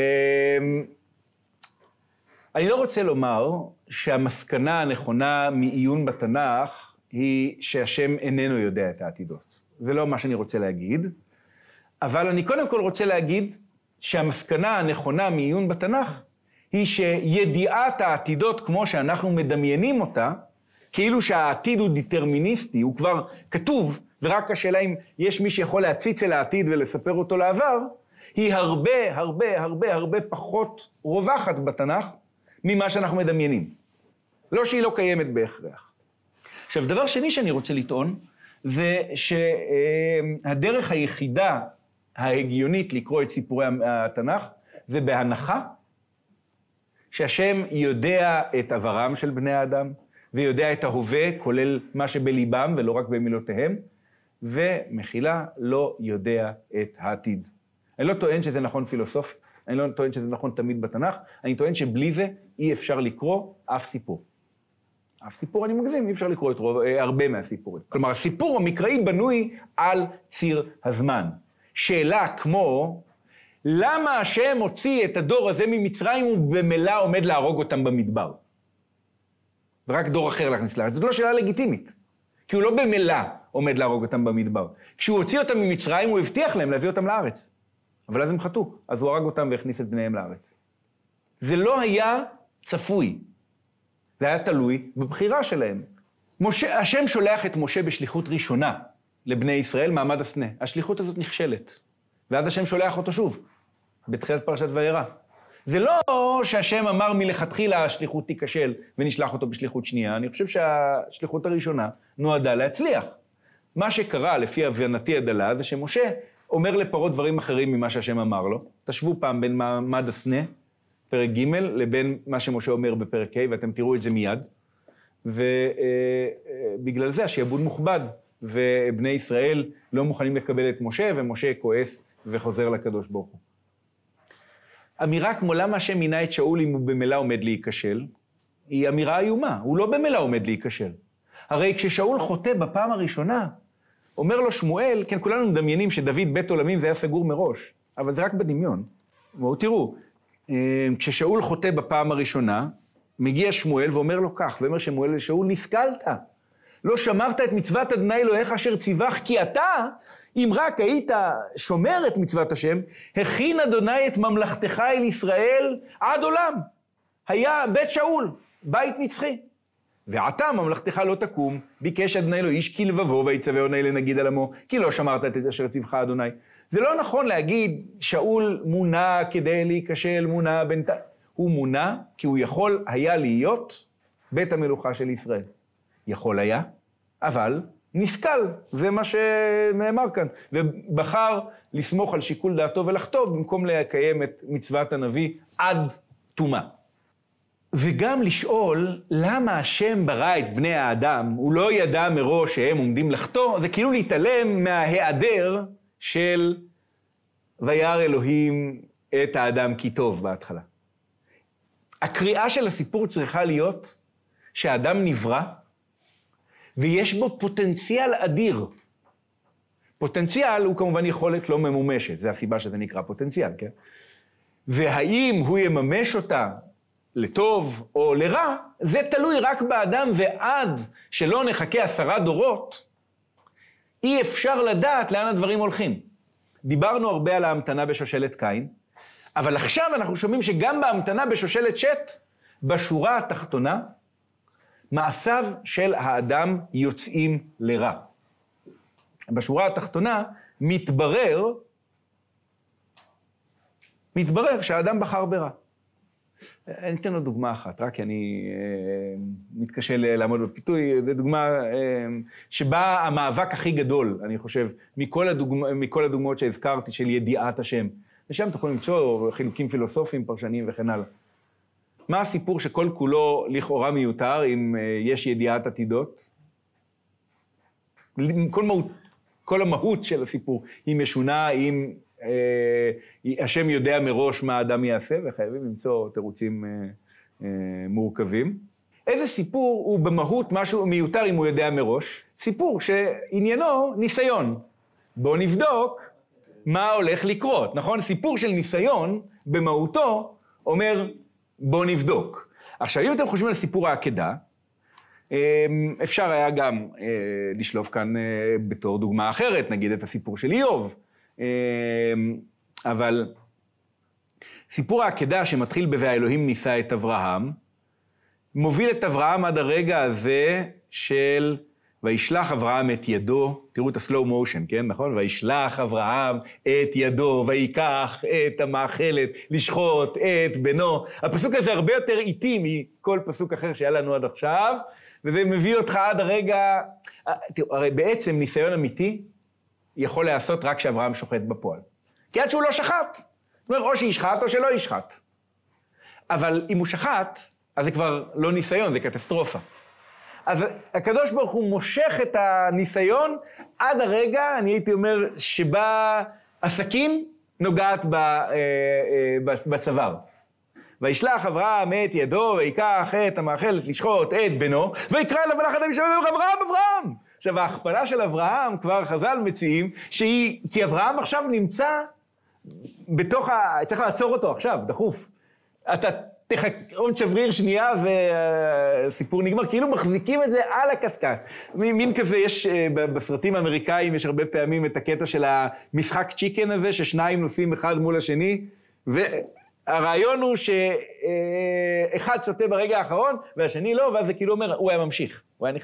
אני לא רוצה לומר שהמסקנה הנכונה מעיון בתנ"ך היא שהשם איננו יודע את העתידות. זה לא מה שאני רוצה להגיד, אבל אני קודם כל רוצה להגיד שהמסקנה הנכונה מעיון בתנ"ך היא שידיעת העתידות כמו שאנחנו מדמיינים אותה, כאילו שהעתיד הוא דיטרמיניסטי, הוא כבר כתוב, ורק השאלה אם יש מי שיכול להציץ אל העתיד ולספר אותו לעבר, היא הרבה הרבה הרבה הרבה פחות רווחת בתנ"ך ממה שאנחנו מדמיינים. לא שהיא לא קיימת בהכרח. עכשיו, דבר שני שאני רוצה לטעון, זה שהדרך היחידה ההגיונית לקרוא את סיפורי התנ"ך, זה בהנחה שהשם יודע את עברם של בני האדם, ויודע את ההווה, כולל מה שבליבם ולא רק במילותיהם, ומחילה לא יודע את העתיד. אני לא טוען שזה נכון פילוסופי, אני לא טוען שזה נכון תמיד בתנ"ך, אני טוען שבלי זה אי אפשר לקרוא אף סיפור. אף סיפור אני מגזים, אי אפשר לקרוא את הרבה מהסיפורים. כלומר, הסיפור המקראי בנוי על ציר הזמן. שאלה כמו, למה השם הוציא את הדור הזה ממצרים ובמילא עומד להרוג אותם במדבר? ורק דור אחר להכניס לארץ. זאת לא שאלה לגיטימית, כי הוא לא במילא עומד להרוג אותם במדבר. כשהוא הוציא אותם ממצרים, הוא הבטיח להם להביא אותם לארץ. אבל אז הם חטאו, אז הוא הרג אותם והכניס את בניהם לארץ. זה לא היה צפוי. זה היה תלוי בבחירה שלהם. השם שולח את משה בשליחות ראשונה לבני ישראל, מעמד הסנה. השליחות הזאת נכשלת. ואז השם שולח אותו שוב, בתחילת פרשת וירא. זה לא שהשם אמר מלכתחילה השליחות תיכשל ונשלח אותו בשליחות שנייה. אני חושב שהשליחות הראשונה נועדה להצליח. מה שקרה לפי הבנתי הדלה זה שמשה אומר לפרעה דברים אחרים ממה שהשם אמר לו. תשוו פעם בין מעמד הסנה, פרק ג' לבין מה שמשה אומר בפרק ה', ואתם תראו את זה מיד. ובגלל זה השעבוד מוכבד, ובני ישראל לא מוכנים לקבל את משה, ומשה כועס וחוזר לקדוש ברוך הוא. אמירה כמו למה השם מינה את שאול אם הוא במילא עומד להיכשל, היא אמירה איומה, הוא לא במילא עומד להיכשל. הרי כששאול חוטא בפעם הראשונה, אומר לו שמואל, כן, כולנו מדמיינים שדוד בית עולמים זה היה סגור מראש, אבל זה רק בדמיון. בואו תראו, כששאול חוטא בפעם הראשונה, מגיע שמואל ואומר לו כך, ואומר שמואל לשאול, נסכלת, לא שמרת את מצוות אדוני אלוהיך אשר ציווך, כי אתה, אם רק היית שומר את מצוות השם, הכין אדוני את ממלכתך אל ישראל עד עולם. היה בית שאול, בית נצחי. ועתה ממלכתך לא תקום, ביקש אדוני לו איש כלבבו, ויצווה אדוני לנגיד על עמו, כי לא שמרת את אשר ציווך אדוני. זה לא נכון להגיד, שאול מונה כדי להיכשל, מונה בינתיים. הוא מונה כי הוא יכול היה להיות בית המלוכה של ישראל. יכול היה, אבל נסכל, זה מה שנאמר כאן. ובחר לסמוך על שיקול דעתו ולחטוא, במקום לקיים את מצוות הנביא עד תומה. וגם לשאול למה השם ברא את בני האדם, הוא לא ידע מראש שהם עומדים לחטוא, זה כאילו להתעלם מההיעדר של וירא אלוהים את האדם כי טוב בהתחלה. הקריאה של הסיפור צריכה להיות שהאדם נברא, ויש בו פוטנציאל אדיר. פוטנציאל הוא כמובן יכולת לא ממומשת, זה הסיבה שזה נקרא פוטנציאל, כן? והאם הוא יממש אותה לטוב או לרע, זה תלוי רק באדם, ועד שלא נחכה 10 דורות, אי אפשר לדעת לאן הדברים הולכים. דיברנו הרבה על ההמתנה בשושלת קין, אבל עכשיו אנחנו שומעים שגם בהמתנה בשושלת שת, בשורה התחתונה, מעשיו של האדם יוצאים לרע. בשורה התחתונה מתברר שהאדם בחר ברע. אני אתן לו דוגמה אחת, רק כי אני מתקשה לעמוד בפיתוי. זו דוגמה שבה המאבק הכי גדול, אני חושב, מכל הדוגמאות שהזכרתי של ידיעת השם. ושם תוכלו למצוא חילוקים פילוסופיים, פרשניים וכן הלאה. מה הסיפור שכל כולו לכאורה מיותר אם יש ידיעת עתידות? כל המהות של הסיפור היא משונה אם השם יודע מראש מה האדם יעשה, וחייבים למצוא תירוצים מורכבים. איזה סיפור הוא במהות משהו מיותר אם הוא יודע מראש? סיפור שעניינו ניסיון. בואו נבדוק מה הולך לקרות, נכון? סיפור של ניסיון במהותו אומר, בוא נבדוק. עכשיו, אם אתם חושבים על סיפור העקדה, אפשר היה גם לשלוף כאן בתור דוגמה אחרת, נגיד את הסיפור של איוב. אבל סיפור העקדה שמתחיל ב"ואלוהים ניסה את אברהם", מוביל את אברהם עד הרגע הזה של וישלח אברהם את ידו, תראו את הסלואו מושן, כן, נכון? וישלח אברהם את ידו, ויקח את המאכלת, לשחוט את בנו. הפסוק הזה הרבה יותר איטי מכל פסוק אחר שהיה לנו עד עכשיו, וזה מביא אותך עד הרגע, תראו, הרי בעצם ניסיון אמיתי יכול לעשות רק כשאברהם שוחט בפועל. כי עד שהוא לא שחט, זאת אומרת, או שישחט או שלא ישחט. אבל אם הוא שחט, אז זה כבר לא ניסיון, זה קטסטרופה. אז הקדוש ברוך הוא מושך את הניסיון עד הרגע, אני הייתי אומר, שבה הסכין נוגעת בצוואר. וישלח אברהם את ידו, ויקח את המאכלת לשחוט את בנו, ויקרא אליו מלאך אדם ושמע אברהם. עכשיו, ההכפלה של אברהם, כבר חז"ל מציעים, כי אברהם עכשיו נמצא בתוך צריך לעצור אותו עכשיו, דחוף. אתה עוד שבריר שנייה וסיפור נגמר, כאילו מחזיקים את זה על הקשקש. מין כזה, יש בסרטים האמריקאים, יש הרבה פעמים את הקטע של המשחק צ'יקן הזה, ששניים נוסעים אחד מול השני, והרעיון הוא שאחד סוטה ברגע האחרון, והשני לא, ואז זה כאילו אומר, הוא היה ממשיך.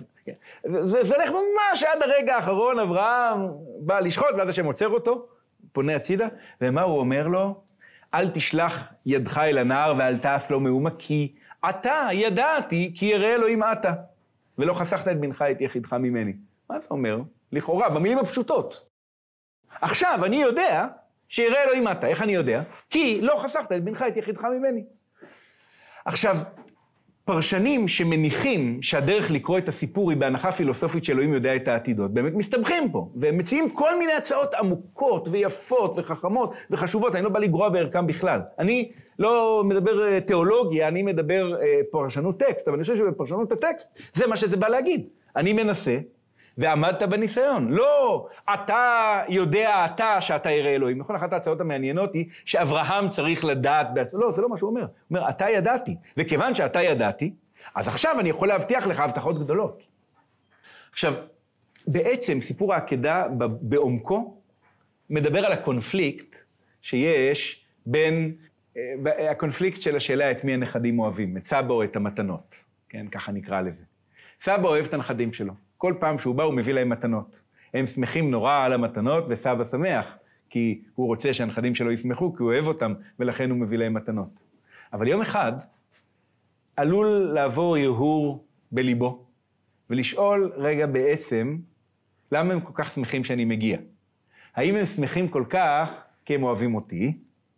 זה הולך ממש עד הרגע האחרון, אברהם בא לשחוט, ואז השם עוצר אותו, פונה הצידה, ומה הוא אומר לו? אל תשלח ידך אל הנער ואל תעש לו מאומה, כי אתה ידעתי, כי ירא אלוהים אתה, ולא חסכת את בנך את יחידך ממני. מה זה אומר? לכאורה, במילים הפשוטות. עכשיו, אני יודע שירא אלוהים אתה. איך אני יודע? כי לא חסכת את בנך את יחידך ממני. עכשיו, פרשנים שמניחים שהדרך לקרוא את הסיפור היא בהנחה פילוסופית שאלוהים יודע את העתידות, באמת מסתבכים פה, והם מציעים כל מיני הצעות עמוקות ויפות וחכמות וחשובות, אני לא בא לגרוע בערכם בכלל. אני לא מדבר תיאולוגיה, אני מדבר פרשנות טקסט, אבל אני חושב שבפרשנות הטקסט זה מה שזה בא להגיד. אני מנסה, ועמדת בניסיון. לא, אתה יודע שאתה ירא אלוהים. נכון, אחת ההצעות המעניינות היא שאברהם צריך לדעת בעצמו. לא, זה לא מה שהוא אומר. הוא אומר, אתה ידעתי. וכיוון שאתה ידעתי, אז עכשיו אני יכול להבטיח לך הבטחות גדולות. עכשיו, בעצם סיפור העקדה בעומקו מדבר על הקונפליקט שיש בין, הקונפליקט של השאלה את מי הנכדים אוהבים, את סבא או את המתנות. כן, ככה נקרא לזה. סבא אוהב את הנכדים שלו. כל פעם שהוא בא הוא מביא להם מתנות. הם שמחים נורא על המתנות וסבא שמח, כי הוא רוצה שהנכדים שלו ישמחו, כי הוא אוהב אותם, ולכן הוא מביא להם מתנות. אבל יום אחד עלול לעבור הרהור בליבו, ולשאול רגע בעצם, למה הם כל כך שמחים שאני מגיע? האם הם שמחים כל כך כי הם אוהבים אותי,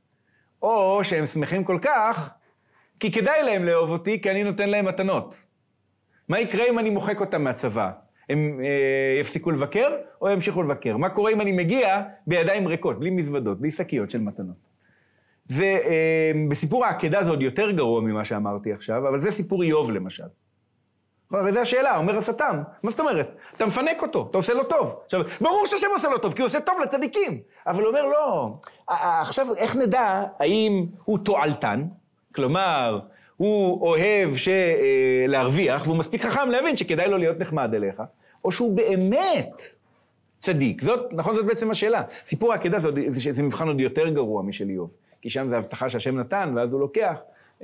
או שהם שמחים כל כך כי כדאי להם לאהוב אותי, כי אני נותן להם מתנות? מה יקרה אם אני מוחק אותם מהצבא? הם יפסיקו לבקר או ימשיכו לבקר? מה קורה אם אני מגיע בידיים ריקות, בלי מזוודות, בלי שקיות של מתנות? ובסיפור העקדה זה עוד יותר גרוע ממה שאמרתי עכשיו, אבל זה סיפור איוב למשל. הרי זו השאלה, אומר השטן, מה זאת אומרת? אתה מפנק אותו, אתה עושה לו טוב. עכשיו, ברור שהשם עושה לו טוב, כי הוא עושה טוב לצדיקים. אבל הוא אומר, לא, עכשיו איך נדע האם הוא תועלתן, כלומר, הוא אוהב להרוויח, והוא מספיק חכם להבין שכדאי לו להיות נחמד אליך, או שהוא באמת צדיק. נכון, זאת בעצם השאלה. סיפור העקדה זה מבחן עוד יותר גרוע משל איוב, כי שם זה הבטחה שהשם נתן, ואז הוא לוקח.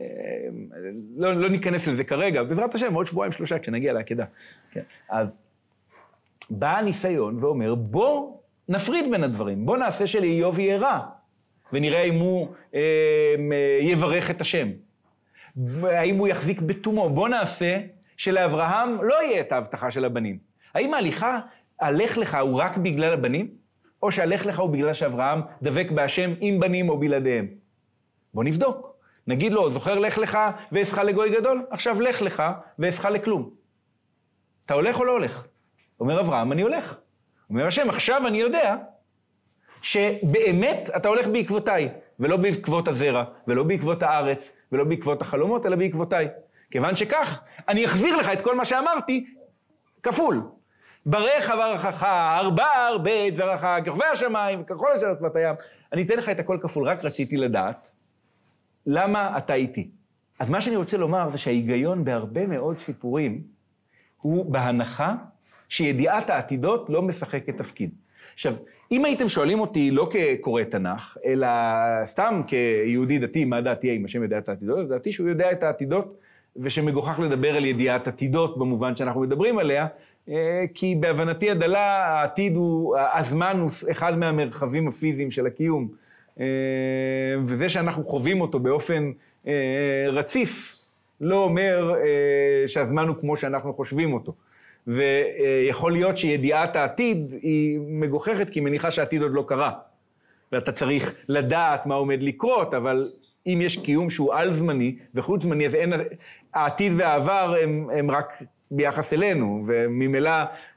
לא ניכנס לזה כרגע, בעזרת השם, עוד שבועיים שלושה כשנגיע לעקדה. כן. אז בא הניסיון ואומר, בוא נפריד בין הדברים, בוא נעשה שלאיוב יהיה רע, ונראה אם הוא יברך את השם. האם הוא יחזיק בתומו? בוא נעשה שלאברהם לא יהיה את ההבטחה של הבנים. האם ההליכה, הלך לך הוא רק בגלל הבנים? או שהלך לך הוא בגלל שאברהם דבק בהשם עם בנים או בלעדיהם? בוא נבדוק. נגיד לו, זוכר לך לך ואסך לגוי גדול? עכשיו לך לך ואסך לכלום. אתה הולך או לא הולך? אומר אברהם, אני הולך. אומר השם, עכשיו אני יודע שבאמת אתה הולך בעקבותיי, ולא בעקבות הזרע, ולא בעקבות הארץ, ולא בעקבות החלומות, אלא בעקבותיי. כיוון שכך, אני אחזיר לך את כל מה שאמרתי, כפול. ברך ברכך, ארבע בית זרעך, כוכבי השמיים, ככל אשר על שפת הים. אני אתן לך את הכל כפול, רק רציתי לדעת למה אתה איתי. אז מה שאני רוצה לומר זה שההיגיון בהרבה מאוד סיפורים הוא בהנחה שידיעת העתידות לא משחקת תפקיד. עכשיו, אם הייתם שואלים אותי לא כקורא תנ"ך, אלא סתם כיהודי דתי, מה דעתי אם השם יודע את העתידות, דעתי שהוא יודע את העתידות, ושמגוחך לדבר על ידיעת עתידות במובן שאנחנו מדברים עליה, כי בהבנתי הדלה, העתיד הוא, הזמן הוא אחד מהמרחבים הפיזיים של הקיום, וזה שאנחנו חווים אותו באופן רציף, לא אומר שהזמן הוא כמו שאנחנו חושבים אותו. ויכול להיות שידיעת העתיד היא מגוחכת, כי היא מניחה שהעתיד עוד לא קרה. ואתה צריך לדעת מה עומד לקרות, אבל אם יש קיום שהוא על זמני וחוץ זמני, אז אין, העתיד והעבר הם רק ביחס אלינו, וממילא,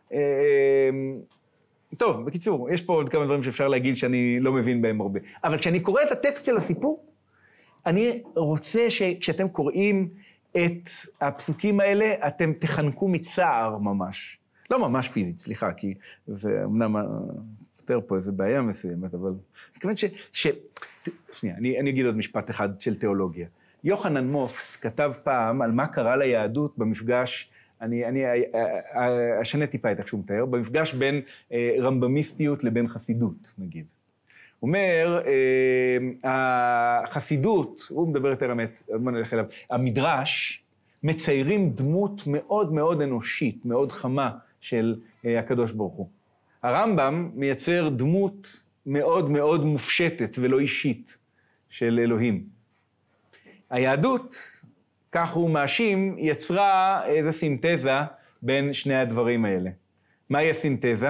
טוב, בקיצור, יש פה עוד כמה דברים שאפשר להגיד שאני לא מבין בהם הרבה. אבל כשאני קורא את הטקסט של הסיפור, אני רוצה שכשאתם קוראים את הפסוקים האלה, אתם תחנקו מצער ממש. לא ממש פיזית, סליחה, כי זה אמנם פותר פה איזו בעיה מסוימת, אבל... זאת אומרת שנייה, אני אגיד עוד משפט אחד של תיאולוגיה. יוחנן מופס כתב פעם על מה קרה ליהדות במפגש, אני אשנה טיפה את איך שהוא מתאר, במפגש בין רמב"מיסטיות לבין חסידות, נגיד. הוא אומר, החסידות, הוא מדבר יותר אמת, בוא נלך אליו, המדרש מציירים דמות מאוד מאוד אנושית, מאוד חמה של הקדוש ברוך הוא. הרמב"ם מייצר דמות מאוד מאוד מופשטת ולא אישית של אלוהים. היהדות, כך הוא מאשים, יצרה איזו סינתזה בין שני הדברים האלה. מהי הסינתזה?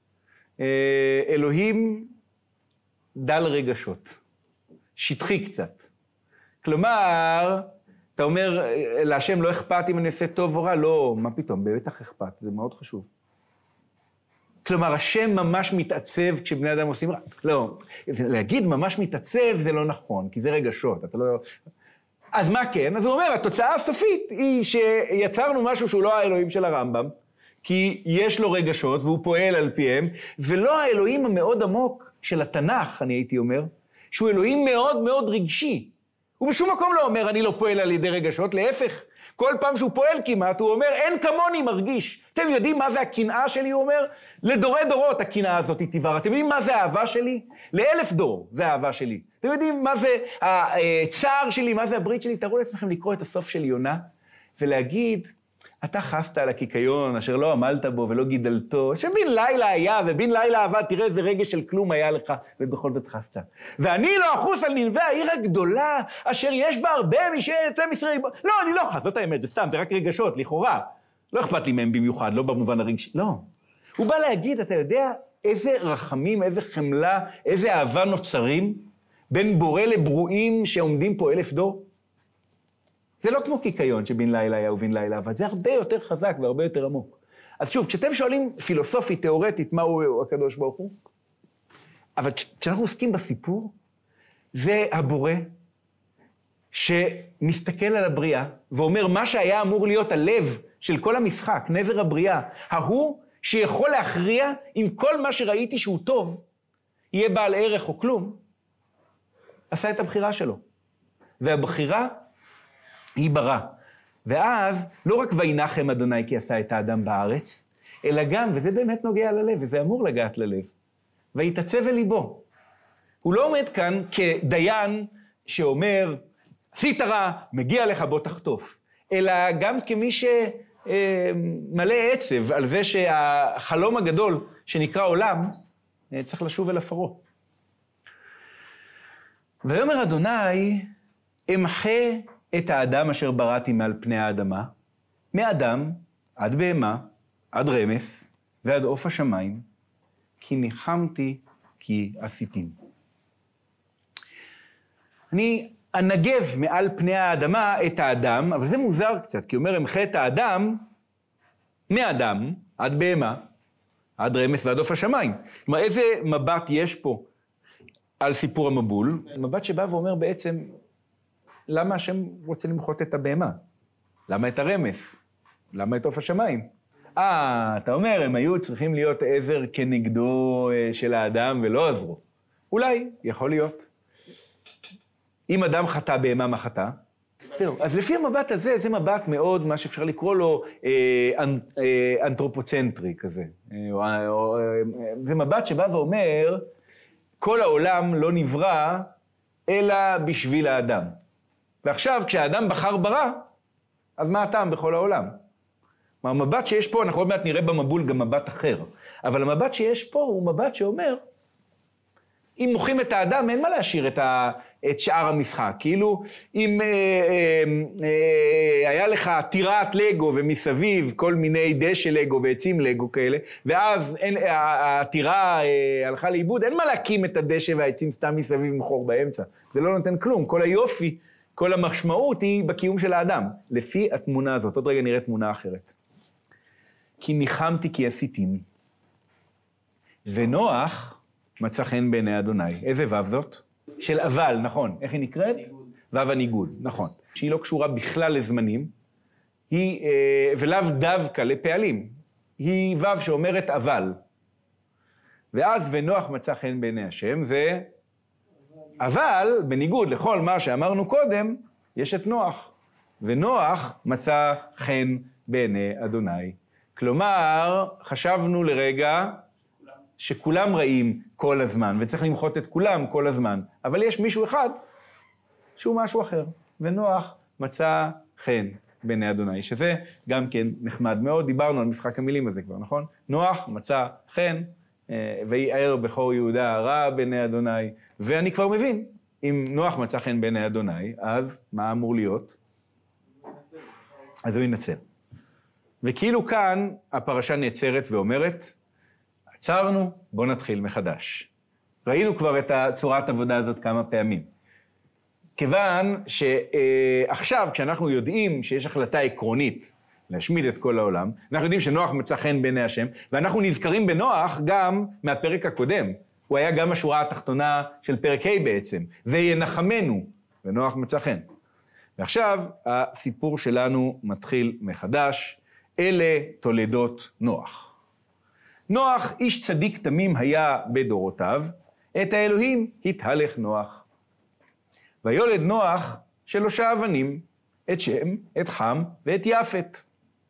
אלוהים דל רגשות, שטחי קצת. כלומר, אתה אומר, להשם לא אכפת אם אני אעשה טוב או רע? לא, מה פתאום, בטח אכפת, זה מאוד חשוב. כלומר, השם ממש מתעצב כשבני אדם עושים רע. לא, להגיד ממש מתעצב זה לא נכון, כי זה רגשות, אתה לא... אז מה כן? אז הוא אומר, התוצאה הסופית היא שיצרנו משהו שהוא לא האלוהים של הרמב"ם, כי יש לו רגשות והוא פועל על פיהם, ולא האלוהים המאוד עמוק של התנ"ך, אני הייתי אומר, שהוא אלוהים מאוד מאוד רגשי. הוא בשום מקום לא אומר, אני לא פועל על ידי רגשות, להפך. כל פעם שהוא פועל כמעט, הוא אומר, אין כמוני מרגיש. אתם יודעים מה זה הקנאה שלי, הוא אומר? לדורי דורות הקנאה הזאת תיבר. אתם יודעים מה זה האהבה שלי? ל1000 דור זה האהבה שלי. אתם יודעים מה זה הצער שלי, מה זה הברית שלי? תראו לעצמכם לקרוא את הסוף של יונה, ולהגיד, אתה חסת על הקיקיון, אשר לא עמלת בו ולא גידלתו, שבין לילה היה ובין לילה עבד, תראה איזה רגש של כלום היה לך, ובכל זאת חסת. ואני לא אחוס על ננבי העיר הגדולה, אשר יש בה הרבה משאתם ישראל. לא, אני לא חס, זאת האמת, זה סתם, זה רק רגשות, לכאורה. לא אכפת לי מהם במיוחד, לא במובן הרגשי, לא. הוא בא להגיד, אתה יודע, איזה רחמים, איזה חמלה, איזה אהבה נוצרים, בין בורא לברואים שעומדים פה 1000 דור. זה לא כמו קיקיון שבין לילה היה ובין לילה עבד, זה הרבה יותר חזק והרבה יותר עמוק. אז שוב, כשאתם שואלים פילוסופית, תיאורטית, מהו הקדוש ברוך הוא, אבל כשאנחנו עוסקים בסיפור, זה הבורא שמסתכל על הבריאה, ואומר מה שהיה אמור להיות הלב של כל המשחק, נזר הבריאה, ההוא שיכול להכריע אם כל מה שראיתי שהוא טוב, יהיה בעל ערך או כלום, עשה את הבחירה שלו. והבחירה היא ברא. ואז לא רק וינחם אדוני כי עשה את האדם בארץ, אלא גם, וזה באמת נוגע ללב, וזה אמור לגעת ללב, ויתעצב אל ליבו. הוא לא עומד כאן כדיין שאומר, עשית רע, מגיע לך בוא תחטוף, אלא גם כמי שמלא עצב על זה שהחלום הגדול שנקרא עולם, צריך לשוב אל עפרו. ויאמר אדוני, אמחה את האדם אשר בראתי מעל פני האדמה, מאדם עד בהמה, עד רמס ועד עוף השמיים, כי ניחמתי כי עשיתים. אני אנגב מעל פני האדמה את האדם, אבל זה מוזר קצת, כי הוא אומר, אמחה את האדם מאדם עד בהמה, עד רמס ועד עוף השמיים. כלומר, איזה מבט יש פה על סיפור המבול? מבט שבא ואומר בעצם, למה השם רוצה למחות את הבהמה? למה את הרמס? למה את עוף השמיים? אתה אומר, הם היו צריכים להיות עזר כנגדו של האדם ולא עזרו. אולי, יכול להיות. אם אדם חטא בהמה, מה חטא? זהו, אז לפי המבט הזה, זה מבט מאוד, מה שאפשר לקרוא לו, אנתרופוצנטרי כזה. זה מבט שבא ואומר, כל העולם לא נברא, אלא בשביל האדם. ועכשיו, כשהאדם בחר ברא, אז מה הטעם בכל העולם? המבט שיש פה, אנחנו עוד מעט נראה במבול גם מבט אחר, אבל המבט שיש פה הוא מבט שאומר, אם מוחים את האדם, אין מה להשאיר את שאר המשחק. כאילו, אם היה לך טירת לגו ומסביב כל מיני דשא לגו ועצים לגו כאלה, ואז הטירה הלכה לאיבוד, אין מה להקים את הדשא והעצים סתם מסביב מחור באמצע. זה לא נותן כלום. כל היופי, כל המשמעות היא בקיום של האדם. לפי התמונה הזאת, עוד רגע נראה תמונה אחרת. כי ניחמתי כי עשיתים, ונוח מצא חן בעיני אדוני. איזה וו זאת? של אבל, נכון. איך היא נקראת? וו הניגוד, נכון. שהיא לא קשורה בכלל לזמנים, ולאו דווקא לפעלים. היא וו שאומרת אבל. ואז ונוח מצא חן בעיני השם, אבל בניגוד לכל מה שאמרנו קודם, יש את נוח. ונוח מצא חן בעיני אדוני. כלומר, חשבנו לרגע שכולם רעים כל הזמן, וצריך למחות את כולם כל הזמן. אבל יש מישהו אחד שהוא משהו אחר, ונוח מצא חן בעיני אדוני, שזה גם כן נחמד מאוד. דיברנו על משחק המילים הזה כבר, נכון? נוח מצא חן, ויער בכור יהודה רע בעיני אדוני, ואני כבר מבין, אם נוח מצא חן בעיני אדוני, אז מה אמור להיות? אז הוא ינצל. וכאילו כאן הפרשה נעצרת ואומרת, עצרנו, בוא נתחיל מחדש. ראינו כבר את צורת העבודה הזאת כמה פעמים. כיוון שעכשיו, כשאנחנו יודעים שיש החלטה עקרונית להשמיד את כל העולם, אנחנו יודעים שנוח מצא חן בעיני השם, ואנחנו נזכרים בנוח גם מהפרק הקודם. הוא היה גם השורה התחתונה של פרק ה' בעצם. זה ינחמנו, ונוח מצא חן. ועכשיו הסיפור שלנו מתחיל מחדש. אלה תולדות נוח. נוח, איש צדיק תמים היה בדורותיו, את האלוהים התהלך נוח. ויולד נוח 3 אבנים, את שם, את חם ואת יפת.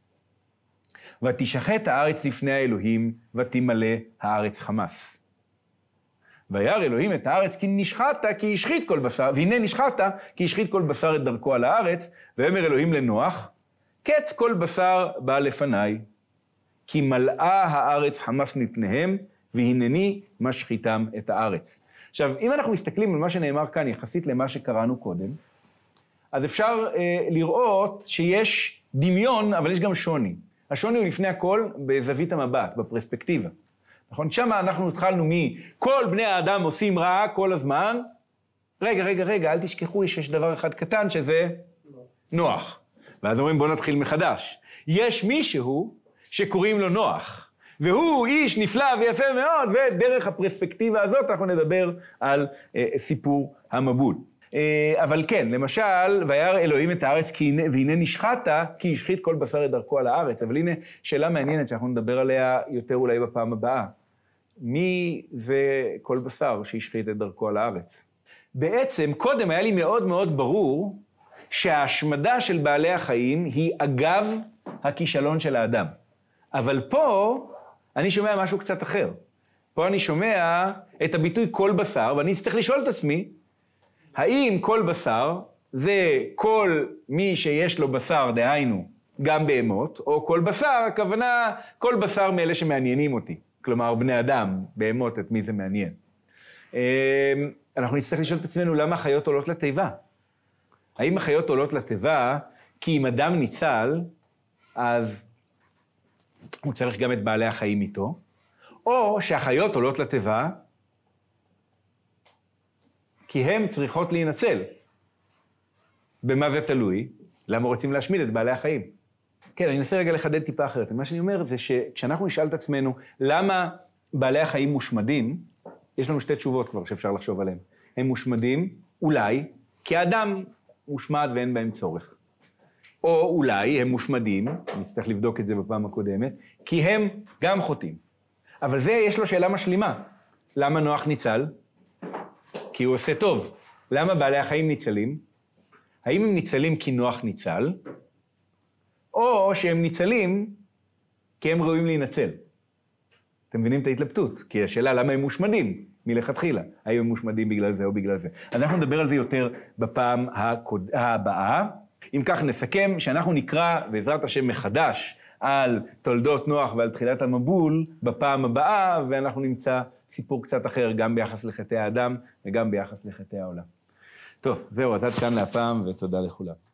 ותשחט הארץ לפני האלוהים, ותמלא הארץ חמס. וירא אלוהים את הארץ כי נשחטה, כי השחית כל בשר, והנה נשחטה, כי השחית כל בשר את דרכו על הארץ, ואמר אלוהים לנוח, קץ כל בשר בא לפניי, כי מלאה הארץ חמס מפניהם, והנני משחיתם את הארץ. עכשיו, אם אנחנו מסתכלים על מה שנאמר כאן, יחסית למה שקראנו קודם, אז אפשר לראות שיש דמיון, אבל יש גם שוני. השוני הוא לפני הכל בזווית המבט, בפרספקטיבה. נכון? שמה אנחנו התחלנו כל בני האדם עושים רע כל הזמן. רגע, אל תשכחו, יש דבר אחד קטן שזה נוח. ואז אומרים, בוא נתחיל מחדש. יש מישהו שקוראים לו נוח, והוא איש נפלא ויפה מאוד, ודרך הפרספקטיבה הזאת אנחנו נדבר על סיפור המבול. אבל כן, למשל, וירא אלוהים את הארץ, והנה נשחטה, כי השחית כל בשר את דרכו על הארץ. אבל הנה שאלה מעניינת שאנחנו נדבר עליה יותר אולי בפעם הבאה. מי זה כל בשר שהשחית את דרכו על הארץ? בעצם, קודם היה לי מאוד מאוד ברור שההשמדה של בעלי החיים היא אגב הכישלון של האדם. אבל פה אני שומע משהו קצת אחר. פה אני שומע את הביטוי כל בשר, ואני צריך לשאול את עצמי, האם כל בשר זה כל מי שיש לו בשר, דהיינו, גם בהמות, או כל בשר, הכוונה כל בשר מאלה שמעניינים אותי. כלומר, בני אדם, בהמות, את מי זה מעניין. אנחנו נצטרך לשאול את עצמנו למה החיות עולות לתיבה. האם החיות עולות לתיבה כי אם אדם ניצל, אז הוא צריך גם את בעלי החיים איתו, או שהחיות עולות לתיבה כי הן צריכות להינצל. במה זה תלוי? למה רוצים להשמיד את בעלי החיים? כן, אני אנסה רגע לחדד טיפה אחרת. מה שאני אומר זה שכשאנחנו נשאל את עצמנו למה בעלי החיים מושמדים, יש לנו 2 תשובות כבר שאפשר לחשוב עליהן. הם מושמדים אולי כי האדם מושמד ואין בהם צורך. או אולי הם מושמדים, נצטרך לבדוק את זה בפעם הקודמת, כי הם גם חוטאים. אבל זה יש לו שאלה משלימה. למה נוח ניצל? כי הוא עושה טוב. למה בעלי החיים ניצלים? האם הם ניצלים כי נוח ניצל, או שהם ניצלים כי הם ראויים להינצל? אתם מבינים את ההתלבטות? כי השאלה למה הם מושמדים מלכתחילה. האם הם מושמדים בגלל זה או בגלל זה. אז אנחנו נדבר על זה יותר בפעם הבאה. אם כך נסכם שאנחנו נקרא בעזרת השם מחדש על תולדות נוח ועל תחילת המבול בפעם הבאה, ואנחנו נמצא סיפור קצת אחר גם ביחס לחטאי האדם וגם ביחס לחטאי העולם. טוב, זהו, אז עד כאן להפעם ותודה לכולם.